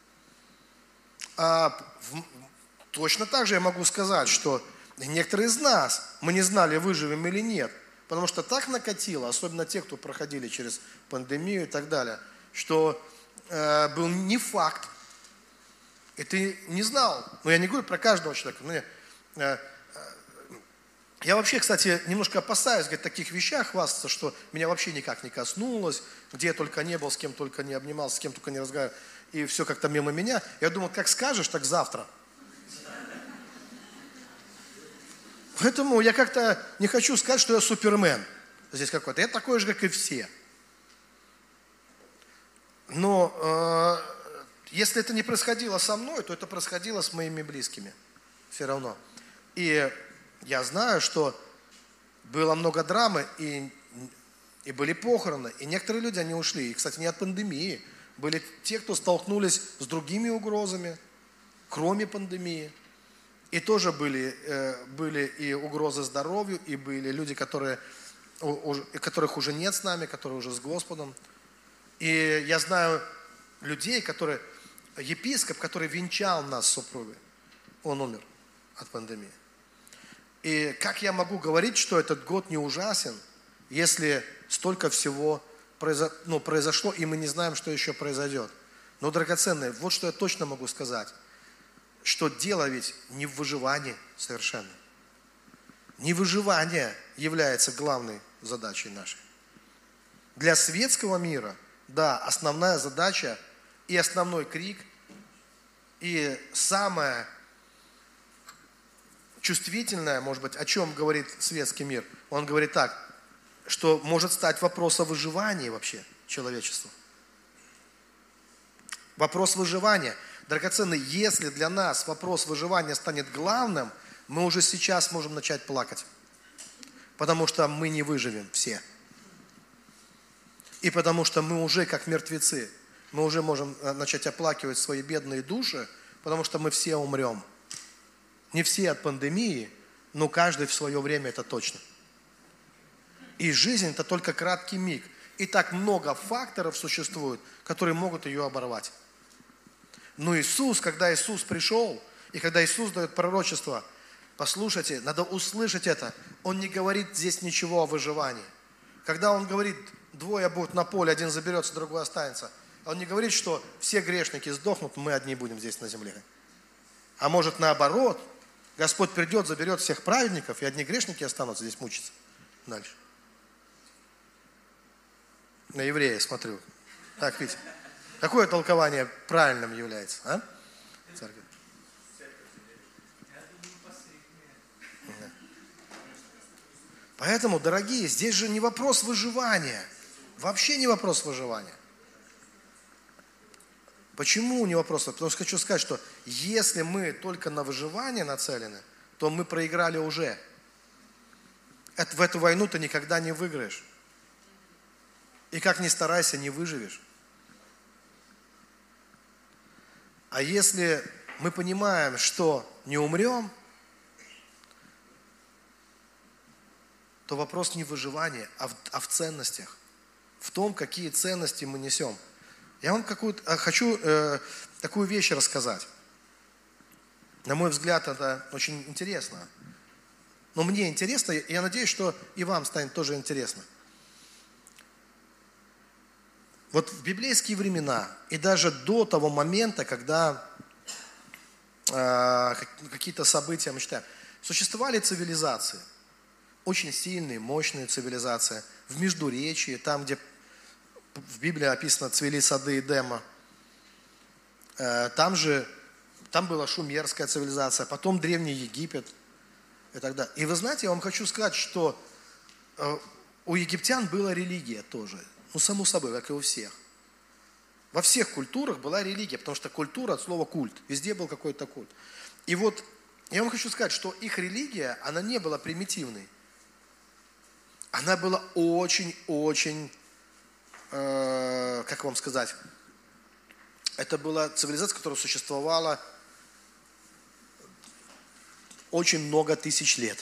А в, точно так же я могу сказать, что некоторые из нас, мы не знали, выживем или нет, потому что так накатило, особенно те, кто проходили через пандемию и так далее, что э, был не факт, и ты не знал. Но я не говорю про каждого человека. Но я, э, я вообще, кстати, немножко опасаюсь говорить, таких вещах хвастаться, что меня вообще никак не коснулось, где я только не был, с кем только не обнимался, с кем только не разговаривал, и все как-то мимо меня. Я думал, как скажешь, так завтра. Поэтому я как-то не хочу сказать, что я супермен здесь какой-то. Я такой же, как и все. Но э, если это не происходило со мной, то это происходило с моими близкими. Все равно. И я знаю, что было много драмы, и, и были похороны. И некоторые люди, они ушли. И, кстати, не от пандемии. Были те, кто столкнулись с другими угрозами, кроме пандемии. И тоже были, э, были и угрозы здоровью, и были люди, которые, у, которых уже нет с нами, которые уже с Господом. И я знаю людей, которые, епископ, который венчал нас с супругой, он умер от пандемии. И как я могу говорить, что этот год не ужасен, если столько всего произо, ну, произошло, и мы не знаем, что еще произойдет? Но, драгоценные, вот что я точно могу сказать. Что дело ведь не в выживании совершенно. Не выживание является главной задачей нашей. Для светского мира, да, основная задача и основной крик, и самое чувствительное, может быть, о чем говорит светский мир, он говорит так, что может стать вопрос о выживании вообще человечества. Вопрос выживания. Драгоценный, если для нас вопрос выживания станет главным, мы уже сейчас можем начать плакать. Потому что мы не выживем все. И потому что мы уже как мертвецы. Мы уже можем начать оплакивать свои бедные души, потому что мы все умрем. Не все от пандемии, но каждый в свое время, это точно. И жизнь – это только краткий миг. И так много факторов существует, которые могут ее оборвать. Но Иисус, когда Иисус пришел, и когда Иисус дает пророчество, послушайте, надо услышать это. Он не говорит здесь ничего о выживании. Когда Он говорит, двое будут на поле, один заберется, другой останется, Он не говорит, что все грешники сдохнут, мы одни будем здесь на земле. А может наоборот, Господь придет, заберет всех праведников, и одни грешники останутся здесь мучиться. Дальше. На еврея смотрю. Так, видите, какое толкование правильным является? А? Церковь. Поэтому, дорогие, здесь же не вопрос выживания. Вообще не вопрос выживания. Почему не вопрос? Потому что хочу сказать, что если мы только на выживание нацелены, то мы проиграли уже. В эту войну ты никогда не выиграешь. И как ни старайся, не выживешь. А если мы понимаем, что не умрем, то вопрос не в выживании, а в, а в ценностях. В том, какие ценности мы несем. Я вам какую-то, хочу э, такую вещь рассказать. На мой взгляд, это очень интересно. Но мне интересно, и я надеюсь, что и вам станет тоже интересно. Вот в библейские времена, и даже до того момента, когда э, какие-то события мы читаем, существовали цивилизации. Очень сильные, мощные цивилизации. В Междуречии, там, где в Библии описано цвели сады Эдема. Э, там же, там была шумерская цивилизация, потом Древний Египет и так далее. И вы знаете, я вам хочу сказать, что э, у египтян была религия тоже. Ну, само собой, как и у всех. Во всех культурах была религия, потому что культура от слова культ. Везде был какой-то культ. И вот я вам хочу сказать, что их религия, она не была примитивной. Она была очень-очень, э, как вам сказать, это была цивилизация, которая существовала очень много тысяч лет.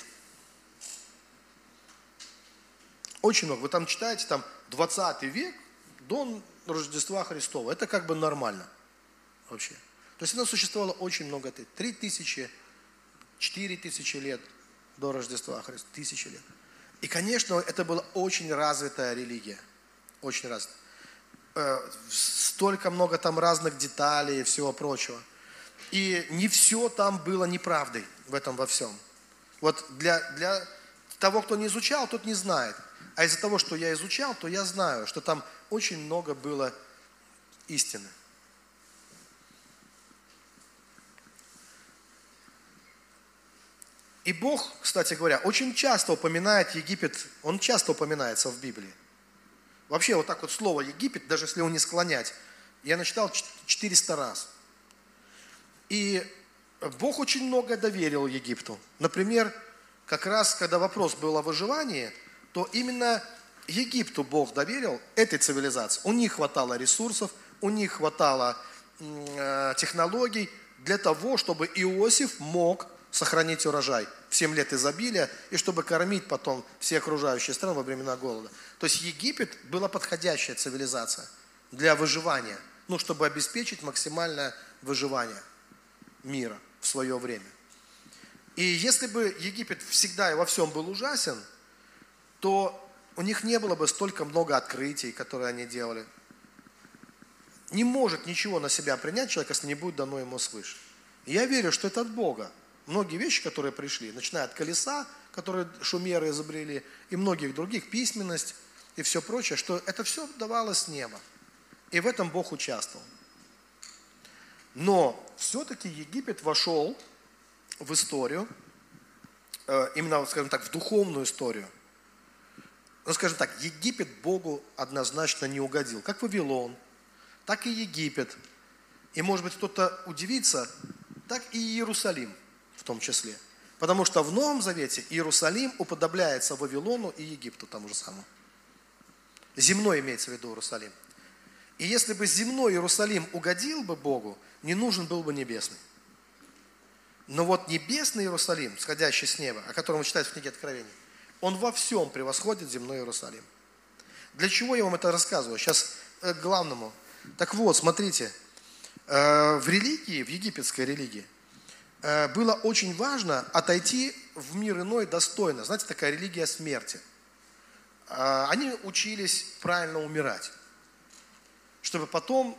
Очень много. Вы там читаете, там, двадцатый век до Рождества Христова. Это как бы нормально вообще. То есть она существовала очень много лет. Три тысячи, четыре тысячи лет до Рождества Христова. Тысячи лет. И, конечно, это была очень развитая религия. Очень развитая. Столько много там разных деталей и всего прочего. И не все там было неправдой в этом во всем. Вот для, для того, кто не изучал, тот не знает. А из-за того, что я изучал, то я знаю, что там очень много было истины. И Бог, кстати говоря, очень часто упоминает Египет, он часто упоминается в Библии. Вообще вот так вот слово Египет, даже если его не склонять, я насчитал четыреста раз. И Бог очень много доверил Египту. Например, как раз когда вопрос был о выживании, то именно Египту Бог доверил этой цивилизации. У них хватало ресурсов, у них хватало э, технологий для того, чтобы Иосиф мог сохранить урожай в семь лет изобилия, и чтобы кормить потом все окружающие страны во времена голода. То есть Египет была подходящая цивилизация для выживания, ну, чтобы обеспечить максимальное выживание мира в свое время. И если бы Египет всегда и во всем был ужасен, то у них не было бы столько много открытий, которые они делали. Не может ничего на себя принять человек, если не будет дано ему свыше. И я верю, что это от Бога. Многие вещи, которые пришли, начиная от колеса, которые шумеры изобрели, и многих других, письменность и все прочее, что это все давалось с неба. И в этом Бог участвовал. Но все-таки Египет вошел в историю, именно, скажем так, в духовную историю. Ну, скажем так, Египет Богу однозначно не угодил. Как Вавилон, так и Египет. И, может быть, кто-то удивится, так и Иерусалим в том числе. Потому что в Новом Завете Иерусалим уподобляется Вавилону и Египту тому же самому. Земной имеется в виду Иерусалим. И если бы земной Иерусалим угодил бы Богу, не нужен был бы небесный. Но вот небесный Иерусалим, сходящий с неба, о котором вы читаете в книге Откровения, Он во всем превосходит земной Иерусалим. Для чего я вам это рассказываю? Сейчас к главному. Так вот, смотрите, в религии, в египетской религии, было очень важно отойти в мир иной достойно. Знаете, такая религия смерти. Они учились правильно умирать, чтобы потом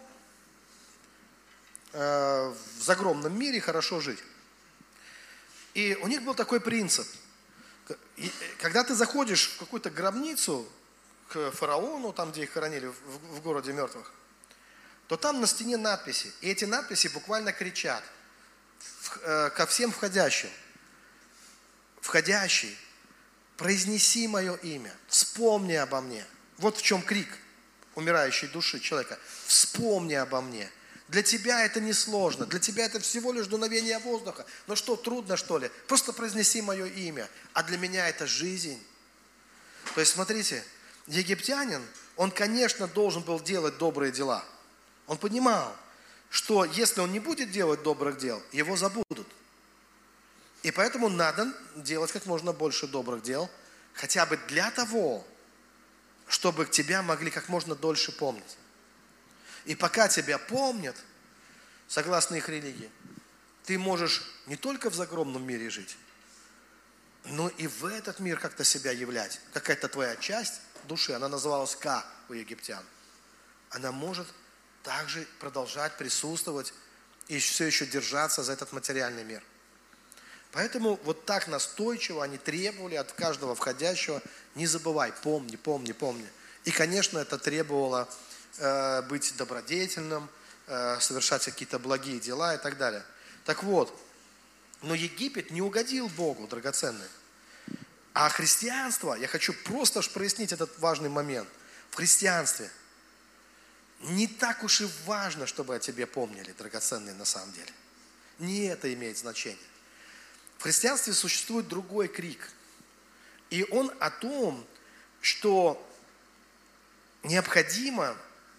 в загромном мире хорошо жить. И у них был такой принцип. Когда ты заходишь в какую-то гробницу к фараону, там, где их хоронили, в, в городе мертвых, то там на стене надписи. И эти надписи буквально кричат в, э, ко всем входящим. Входящий, произнеси мое имя, вспомни обо мне. Вот в чем крик умирающей души человека. Вспомни обо мне. Для тебя это несложно, для тебя это всего лишь дуновение воздуха. Ну что, трудно что ли? Просто произнеси мое имя. А для меня это жизнь. То есть, смотрите, египтянин, он, конечно, должен был делать добрые дела. Он понимал, что если он не будет делать добрых дел, его забудут. И поэтому надо делать как можно больше добрых дел, хотя бы для того, чтобы тебя могли как можно дольше помнить. И пока тебя помнят, согласно их религии, ты можешь не только в загромном мире жить, но и в этот мир как-то себя являть. Какая-то твоя часть души, она называлась Ка у египтян. Она может также продолжать присутствовать и все еще держаться за этот материальный мир. Поэтому вот так настойчиво они требовали от каждого входящего: не забывай, помни, помни, помни. И, конечно, это требовало э, быть добродетельным, э, совершать какие-то благие дела и так далее. Так вот, но Египет не угодил Богу, драгоценный. А христианство, я хочу просто прояснить этот важный момент. В христианстве не так уж и важно, чтобы о тебе помнили, драгоценные, на самом деле. Не это имеет значение. В христианстве существует другой крик. И он о том, что необходимо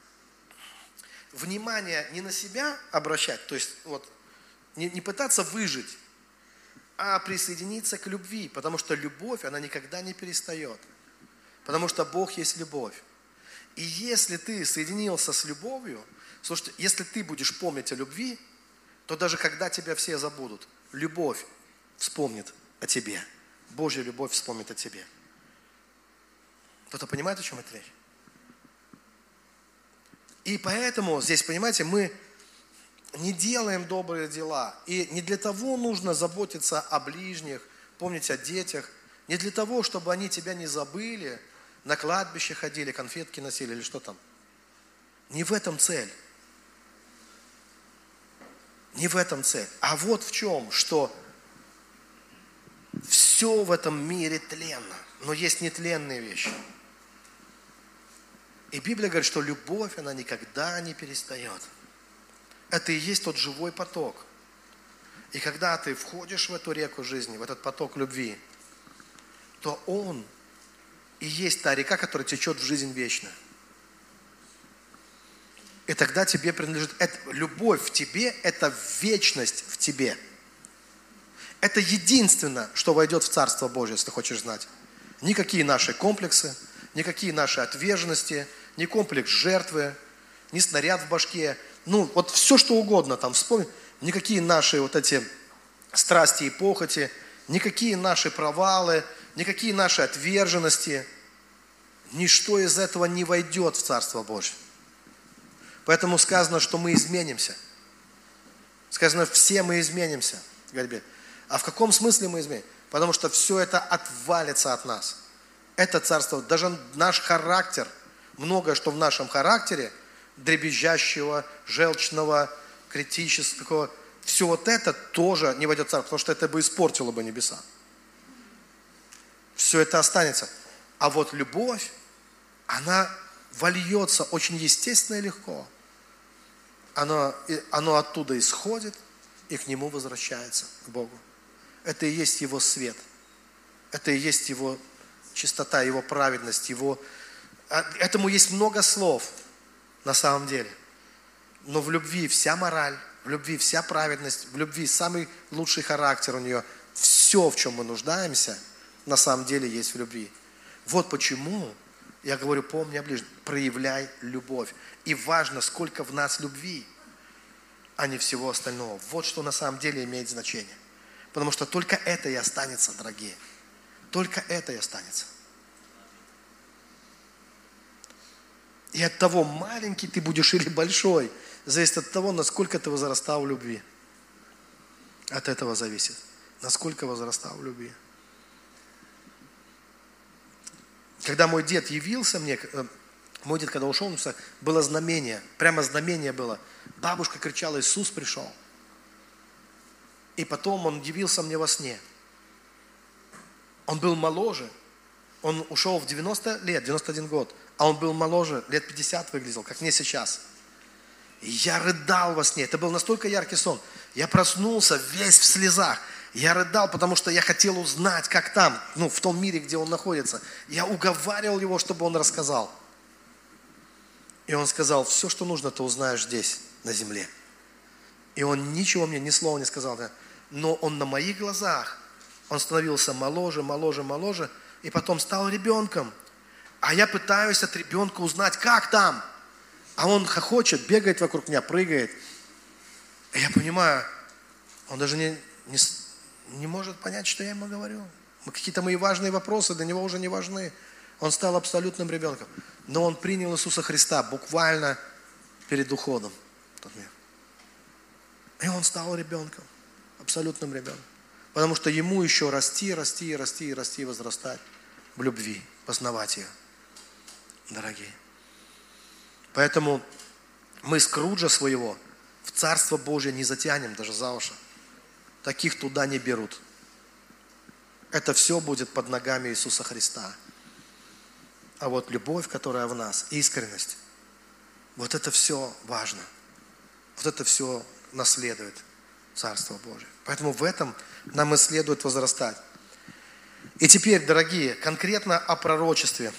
внимание не на себя обращать, то есть вот, не, не пытаться выжить, а присоединиться к любви, потому что любовь, она никогда не перестает. Потому что Бог есть любовь. И если ты соединился с любовью, слушайте, если ты будешь помнить о любви, то даже когда тебя все забудут, любовь вспомнит о тебе. Божья любовь вспомнит о тебе. Кто-то понимает, о чем это речь? И поэтому здесь, понимаете, мы не делаем добрые дела. И не для того нужно заботиться о ближних, помнить о детях. Не для того, чтобы они тебя не забыли, на кладбище ходили, конфетки носили или что там. Не в этом цель. Не в этом цель. А вот в чем, что все в этом мире тленно, но есть нетленные вещи. И Библия говорит, что любовь, она никогда не перестает. Это и есть тот живой поток. И когда ты входишь в эту реку жизни, в этот поток любви, то он и есть та река, которая течет в жизнь вечную. И тогда тебе принадлежит... Это, любовь в тебе – это вечность в тебе. Это единственное, что войдет в Царство Божие, если ты хочешь знать. Никакие наши комплексы, никакие наши отверженности, ни комплекс жертвы, ни снаряд в башке. Ну, вот все, что угодно там вспомни. Никакие наши вот эти страсти и похоти, никакие наши провалы, никакие наши отверженности. Ничто из этого не войдет в Царство Божие. Поэтому сказано, что мы изменимся. Сказано, все мы изменимся. А в каком смысле мы изменим? Потому что все это отвалится от нас. Это царство, даже наш характер, многое, что в нашем характере, дребезжащего, желчного, критического, все вот это тоже не войдет в царство, потому что это бы испортило бы небеса. Все это останется. А вот любовь, она вольется очень естественно и легко. Оно, оно оттуда исходит и к Нему возвращается, к Богу. Это и есть Его свет. Это и есть Его чистота, Его праведность, Его... Этому есть много слов на самом деле. Но в любви вся мораль, в любви вся праведность, в любви самый лучший характер у нее. Все, в чем мы нуждаемся, на самом деле есть в любви. Вот почему я говорю, помни о ближнем, проявляй любовь. И важно, сколько в нас любви, а не всего остального. Вот что на самом деле имеет значение. Потому что только это и останется, дорогие. Только это и останется. И от того, маленький ты будешь или большой, зависит от того, насколько ты возрастал в любви. От этого зависит, насколько возрастал в любви. Когда мой дед явился мне, мой дед, когда ушел, было знамение, прямо знамение было. Бабушка кричала, Иисус пришел. И потом он явился мне во сне. Он был моложе. Он ушел в девяносто лет, девяносто один год. А он был моложе, лет пятьдесят выглядел, как мне сейчас. И я рыдал во сне. Это был настолько яркий сон. Я проснулся весь в слезах. Я рыдал, потому что я хотел узнать, как там, ну, в том мире, где он находится. Я уговаривал его, чтобы он рассказал. И он сказал, все, что нужно, ты узнаешь здесь, на земле. И он ничего мне, ни слова не сказал. Да? Но он на моих глазах, он становился моложе, моложе, моложе, и потом стал ребенком. А я пытаюсь от ребенка узнать, как там. А он хохочет, бегает вокруг меня, прыгает. И я понимаю, он даже не, не, не может понять, что я ему говорю. Какие-то мои важные вопросы для него уже не важны. Он стал абсолютным ребенком. Но он принял Иисуса Христа буквально перед уходом. И он стал ребенком, абсолютным ребенком. Потому что ему еще расти, расти, расти, расти, возрастать в любви, познавать ее, дорогие. Поэтому мы Скруджа своего в Царство Божие не затянем даже за уши. Таких туда не берут. Это все будет под ногами Иисуса Христа. А вот любовь, которая в нас, искренность, вот это все важно. Вот это все наследует Царство Божие. Поэтому в этом нам и следует возрастать. И теперь, дорогие, конкретно о пророчестве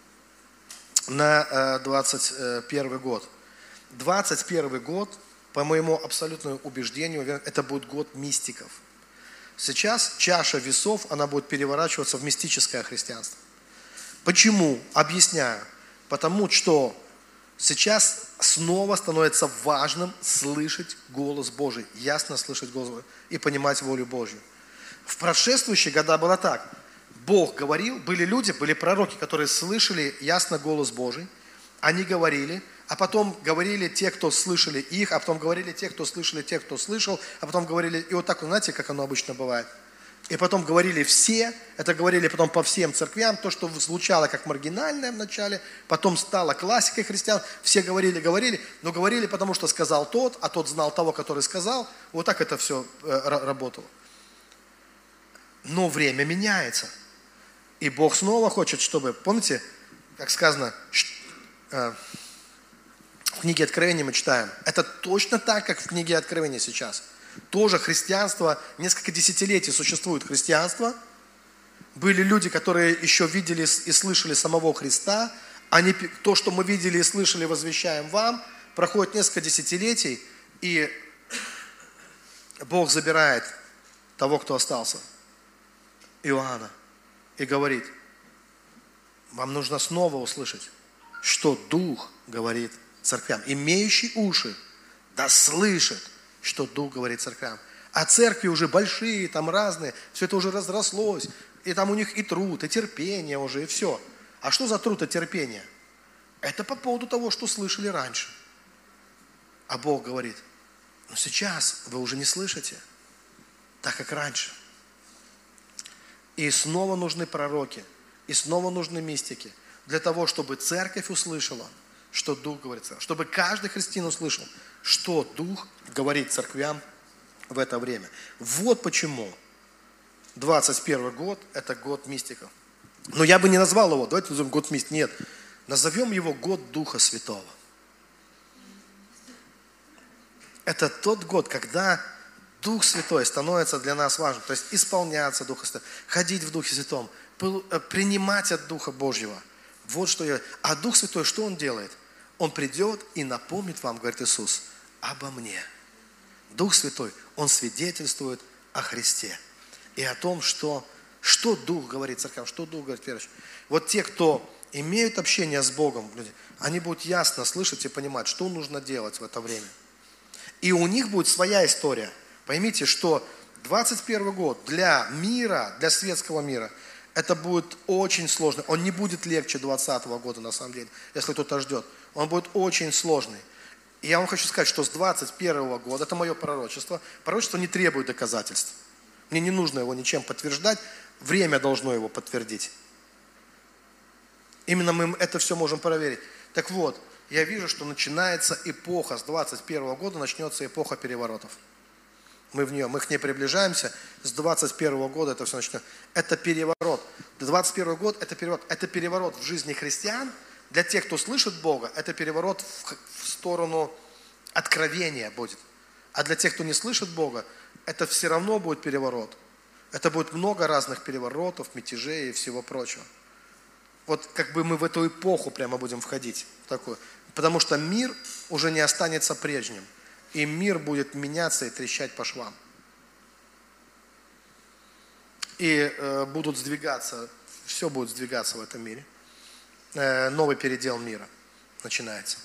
на двадцать первый год. двадцать первый год, по моему абсолютному убеждению, это будет год мистиков. Сейчас чаша весов, она будет переворачиваться в мистическое христианство. Почему? Объясняю. Потому что сейчас снова становится важным слышать голос Божий, ясно слышать голос Божий и понимать волю Божью. В предшествующие года было так. Бог говорил, были люди, были пророки, которые слышали ясно голос Божий, они говорили, а потом говорили те, кто слышали их, а потом говорили те, кто слышали тех, кто слышал, а потом говорили, и вот так, знаете, как оно обычно бывает. И потом говорили все, это говорили потом по всем церквям, то, что звучало как маргинальное вначале, потом стало классикой христиан, все говорили, говорили, но говорили, потому что сказал тот, а тот знал того, который сказал, вот так это все работало. Но время меняется. И Бог снова хочет, чтобы, помните, как сказано, в книге Откровения мы читаем, это точно так, как в книге Откровения сейчас. Тоже христианство, несколько десятилетий существует христианство. Были люди, которые еще видели и слышали самого Христа. Они, то, что мы видели и слышали, возвещаем вам. Проходит несколько десятилетий, и Бог забирает того, кто остался, Иоанна, и говорит, вам нужно снова услышать, что Дух говорит церквям. Имеющий уши, да слышит, что Дух говорит церквям. А церкви уже большие, там разные, все это уже разрослось, и там у них и труд, и терпение уже, и все. А что за труд и терпение? Это по поводу того, что слышали раньше. А Бог говорит, но сейчас вы уже не слышите, так как раньше. И снова нужны пророки, и снова нужны мистики, для того, чтобы церковь услышала, что Дух говорит церкви, чтобы каждый христианин услышал, что Дух говорит церквям в это время. Вот почему двадцать первый год – это год мистиков. Но я бы не назвал его, давайте назовем год мистиков. Нет, назовем его год Духа Святого. Это тот год, когда Дух Святой становится для нас важным. То есть исполняться Духа Святого, ходить в Духе Святом, принимать от Духа Божьего. Вот что я... А Дух Святой, что Он делает? Он придет и напомнит вам, говорит Иисус, обо мне. Дух Святой, Он свидетельствует о Христе и о том, что Что Дух говорит церквям, что Дух говорит верующим. Вот те, кто имеют общение с Богом, люди, они будут ясно слышать и понимать, что нужно делать в это время. И у них будет своя история. Поймите, что двадцать первый год для мира, для светского мира, это будет очень сложно. Он не будет легче двадцатого года, на самом деле, если кто-то ждет. Он будет очень сложный. И я вам хочу сказать, что с двадцать первого года, это мое пророчество, пророчество не требует доказательств. Мне не нужно его ничем подтверждать, время должно его подтвердить. Именно мы это все можем проверить. Так вот, я вижу, что начинается эпоха, с двадцать первого года начнется эпоха переворотов. Мы в нее, мы к ней приближаемся, с двадцать первого года это все начнется. Это переворот. двадцать первый год это переворот. Это переворот в жизни христиан. Для тех, кто слышит Бога, это переворот в, в сторону откровения будет. А для тех, кто не слышит Бога, это все равно будет переворот. Это будет много разных переворотов, мятежей и всего прочего. Вот как бы мы в эту эпоху прямо будем входить. В такую. Потому что мир уже не останется прежним. И мир будет меняться и трещать по швам. И э, будут сдвигаться, все будет сдвигаться в этом мире. Э, новый передел мира начинается.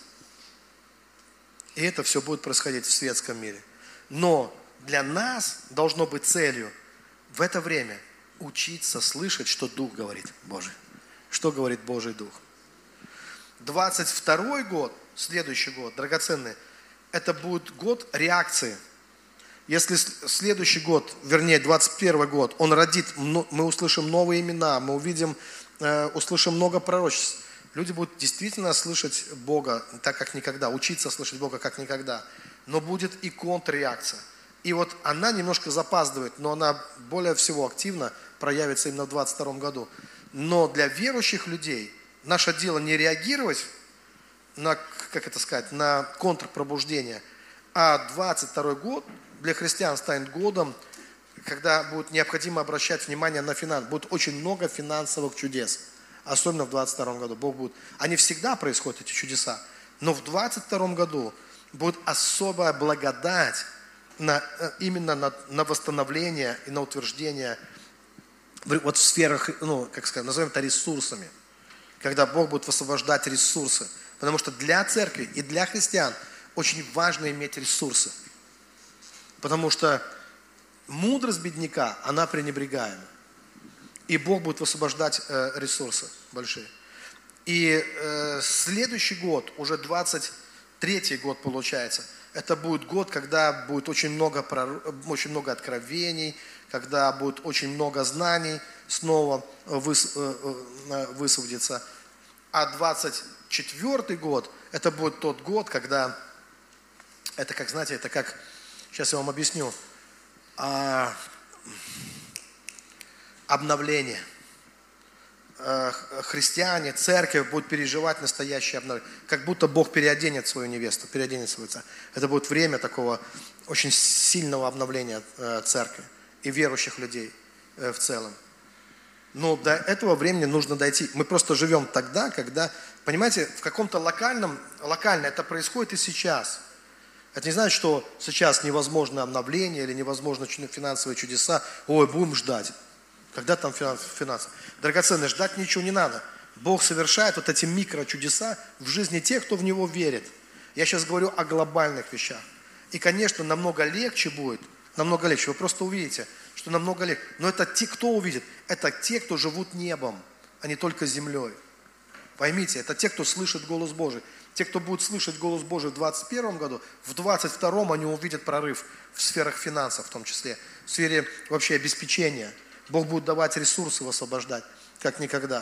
И это все будет происходить в светском мире. Но для нас должно быть целью в это время учиться слышать, что Дух говорит Божий. Что говорит Божий Дух. двадцать второй год, следующий год, драгоценный, это будет год реакции. Если следующий год, вернее двадцать первый год, он родит, мы услышим новые имена, мы увидим, услышим много пророчеств. Люди будут действительно слышать Бога так, как никогда, учиться слышать Бога, как никогда. Но будет и контрреакция. И вот она немножко запаздывает, но она более всего активно проявится именно в двадцать втором году. Но для верующих людей наше дело не реагировать на, как это сказать, на контрпробуждение, а двадцать второй год для христиан станет годом, когда будет необходимо обращать внимание на финансы. Будет очень много финансовых чудес, особенно в двадцать втором году. Бог будет, они всегда происходят, эти чудеса, но в двадцать втором году будет особая благодать на, именно на, на восстановление и на утверждение вот в сферах, ну, как сказать, назовем это ресурсами, когда Бог будет высвобождать ресурсы. Потому что для церкви и для христиан очень важно иметь ресурсы. Потому что мудрость бедняка, она пренебрегаема. И Бог будет высвобождать э, ресурсы большие. И э, следующий год, уже двадцать третий год получается, это будет год, когда будет очень много, очень много откровений, когда будет очень много знаний снова выс, высвободиться. А двадцать четвёртый год, это будет тот год, когда, это как, знаете, это как, сейчас я вам объясню, а, обновление. Христиане, церковь будут переживать настоящее обновление. Как будто Бог переоденет свою невесту, переоденет свою церковь. Это будет время такого очень сильного обновления церкви и верующих людей в целом. Но до этого времени нужно дойти. Мы просто живем тогда, когда, понимаете, в каком-то локальном, локально это происходит и сейчас. Это не значит, что сейчас невозможно обновление или невозможно финансовые чудеса. Ой, будем ждать. Когда там финансы? Драгоценные, ждать ничего не надо. Бог совершает вот эти микрочудеса в жизни тех, кто в Него верит. Я сейчас говорю о глобальных вещах. И, конечно, намного легче будет, намного легче. Вы просто увидите, что намного легче. Но это те, кто увидит? Это те, кто живут небом, а не только землей. Поймите, это те, кто слышит голос Божий. Те, кто будет слышать голос Божий в двадцать первом году, в двадцать втором они увидят прорыв в сферах финансов в том числе, в сфере вообще обеспечения. Бог будет давать ресурсы, высвобождать, как никогда.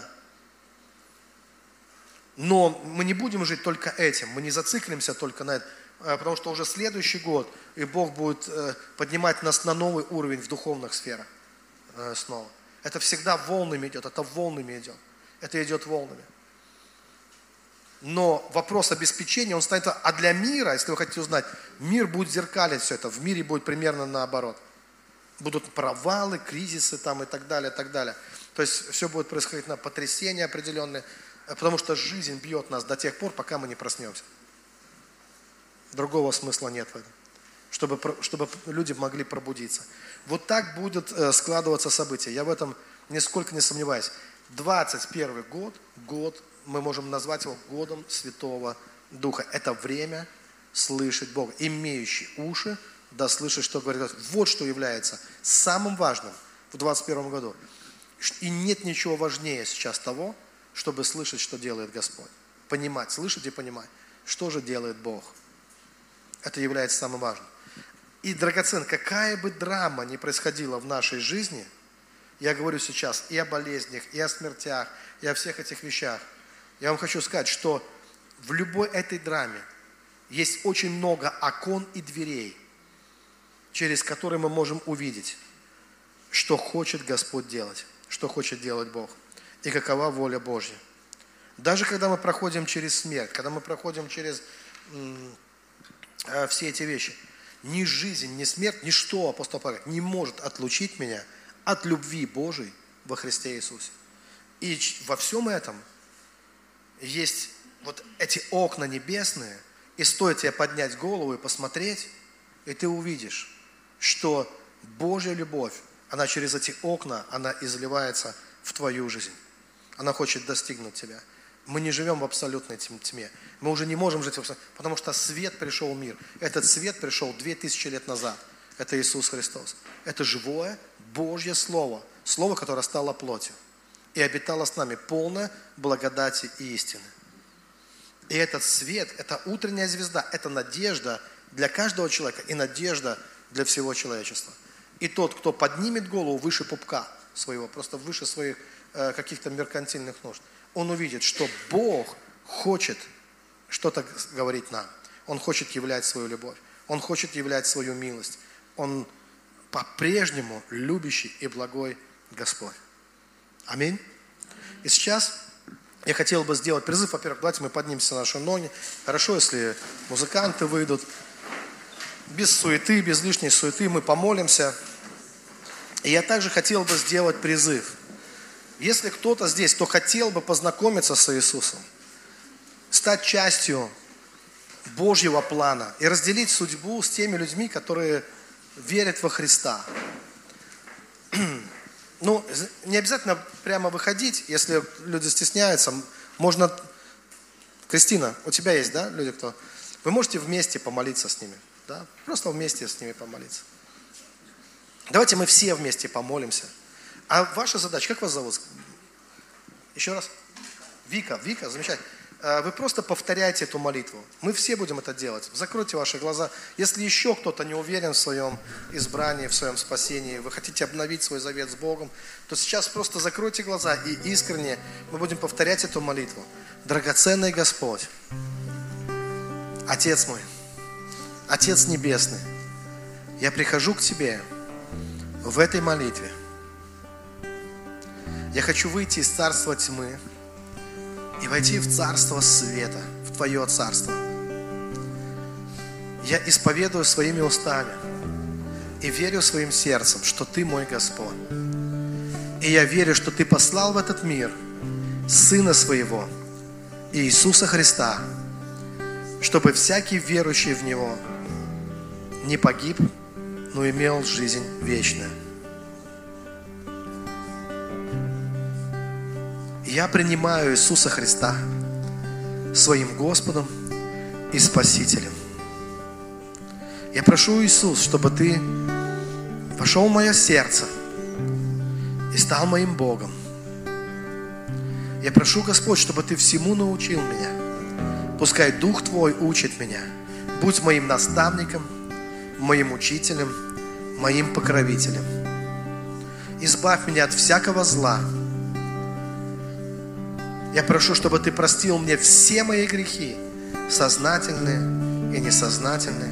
Но мы не будем жить только этим, мы не зациклимся только на этом, потому что уже следующий год, и Бог будет поднимать нас на новый уровень в духовных сферах снова. Это всегда волнами идет, это волнами идет, это идет волнами. Но вопрос обеспечения, он станет, а для мира, если вы хотите узнать, мир будет зеркалить все это, в мире будет примерно наоборот. Будут провалы, кризисы там и так далее, и так далее. То есть все будет происходить на потрясения определенные, потому что жизнь бьет нас до тех пор, пока мы не проснемся. Другого смысла нет в этом, чтобы, чтобы люди могли пробудиться. Вот так будут складываться события. Я в этом нисколько не сомневаюсь, двадцать первый год, год, мы можем назвать его годом Святого Духа. Это время слышать Бога. Имеющий уши, да слышит, что говорит Господь. Вот что является самым важным в двадцать первом году. И нет ничего важнее сейчас того, чтобы слышать, что делает Господь. Понимать, слышать и понимать, что же делает Бог. Это является самым важным. И, драгоцен, какая бы драма ни происходила в нашей жизни, я говорю сейчас и о болезнях, и о смертях, и о всех этих вещах. Я вам хочу сказать, что в любой этой драме есть очень много окон и дверей, через которые мы можем увидеть, что хочет Господь делать, что хочет делать Бог, и какова воля Божья. Даже когда мы проходим через смерть, когда мы проходим через м, э, все эти вещи, ни жизнь, ни смерть, ничто, апостол Павел, не может отлучить меня от любви Божией во Христе Иисусе. И во всем этом есть вот эти окна небесные, и стоит тебе поднять голову и посмотреть, и ты увидишь, что Божья любовь, она через эти окна, она изливается в твою жизнь. Она хочет достигнуть тебя. Мы не живем в абсолютной тьме. Мы уже не можем жить в абсолютной тьме, потому что свет пришел в мир. Этот свет пришел две тысячи лет назад. Это Иисус Христос. Это живое Божье Слово. Слово, которое стало плотью. И обитало с нами полное благодати и истины. И этот свет, это утренняя звезда, это надежда для каждого человека и надежда для всего человечества. И тот, кто поднимет голову выше пупка своего, просто выше своих э, каких-то меркантильных нужд, он увидит, что Бог хочет что-то говорить нам. Он хочет являть свою любовь. Он хочет являть свою милость. Он по-прежнему любящий и благой Господь. Аминь. И сейчас я хотел бы сделать призыв. Во-первых, давайте мы поднимемся на наши ноги. Хорошо, если музыканты выйдут. Без суеты, без лишней суеты мы помолимся. И я также хотел бы сделать призыв. Если кто-то здесь, кто хотел бы познакомиться с Иисусом, стать частью Божьего плана и разделить судьбу с теми людьми, которые верят во Христа. Ну, не обязательно прямо выходить, если люди стесняются. Можно... Кристина, у тебя есть, да, люди, кто... Вы можете вместе помолиться с ними, да? Просто вместе с ними помолиться. Давайте мы все вместе помолимся. А ваша задача, как вас зовут? Еще раз. Вика, Вика, замечательно. Вы просто повторяйте эту молитву. Мы все будем это делать. Закройте ваши глаза. Если еще кто-то не уверен в своем избрании, в своем спасении, вы хотите обновить свой завет с Богом, то сейчас просто закройте глаза и искренне мы будем повторять эту молитву. Драгоценный Господь, Отец мой, Отец Небесный, я прихожу к Тебе в этой молитве. Я хочу выйти из царства тьмы и войти в царство света, в Твое царство. Я исповедую своими устами и верю своим сердцем, что Ты мой Господь. И я верю, что Ты послал в этот мир Сына Своего, Иисуса Христа, чтобы всякий верующий в Него не погиб, но имел жизнь вечную. Я принимаю Иисуса Христа своим Господом и Спасителем. Я прошу, Иисус, чтобы Ты вошел в мое сердце и стал моим Богом. Я прошу, Господь, чтобы Ты всему научил меня. Пускай Дух Твой учит меня. Будь моим наставником, моим учителем, моим покровителем. Избавь меня от всякого зла. Я прошу, чтобы Ты простил мне все мои грехи, сознательные и несознательные.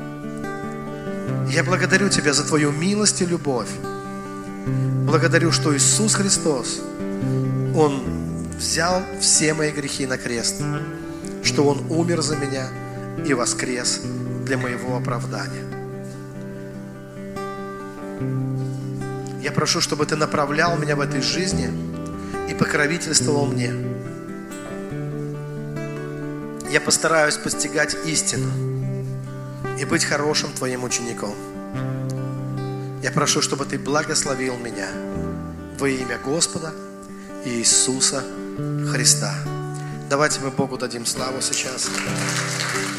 Я благодарю Тебя за Твою милость и любовь. Благодарю, что Иисус Христос, Он взял все мои грехи на крест, что Он умер за меня и воскрес для моего оправдания. Я прошу, чтобы Ты направлял меня в этой жизни и покровительствовал мне. Я постараюсь постигать истину и быть хорошим Твоим учеником. Я прошу, чтобы Ты благословил меня во имя Господа Иисуса Христа. Давайте мы Богу дадим славу сейчас.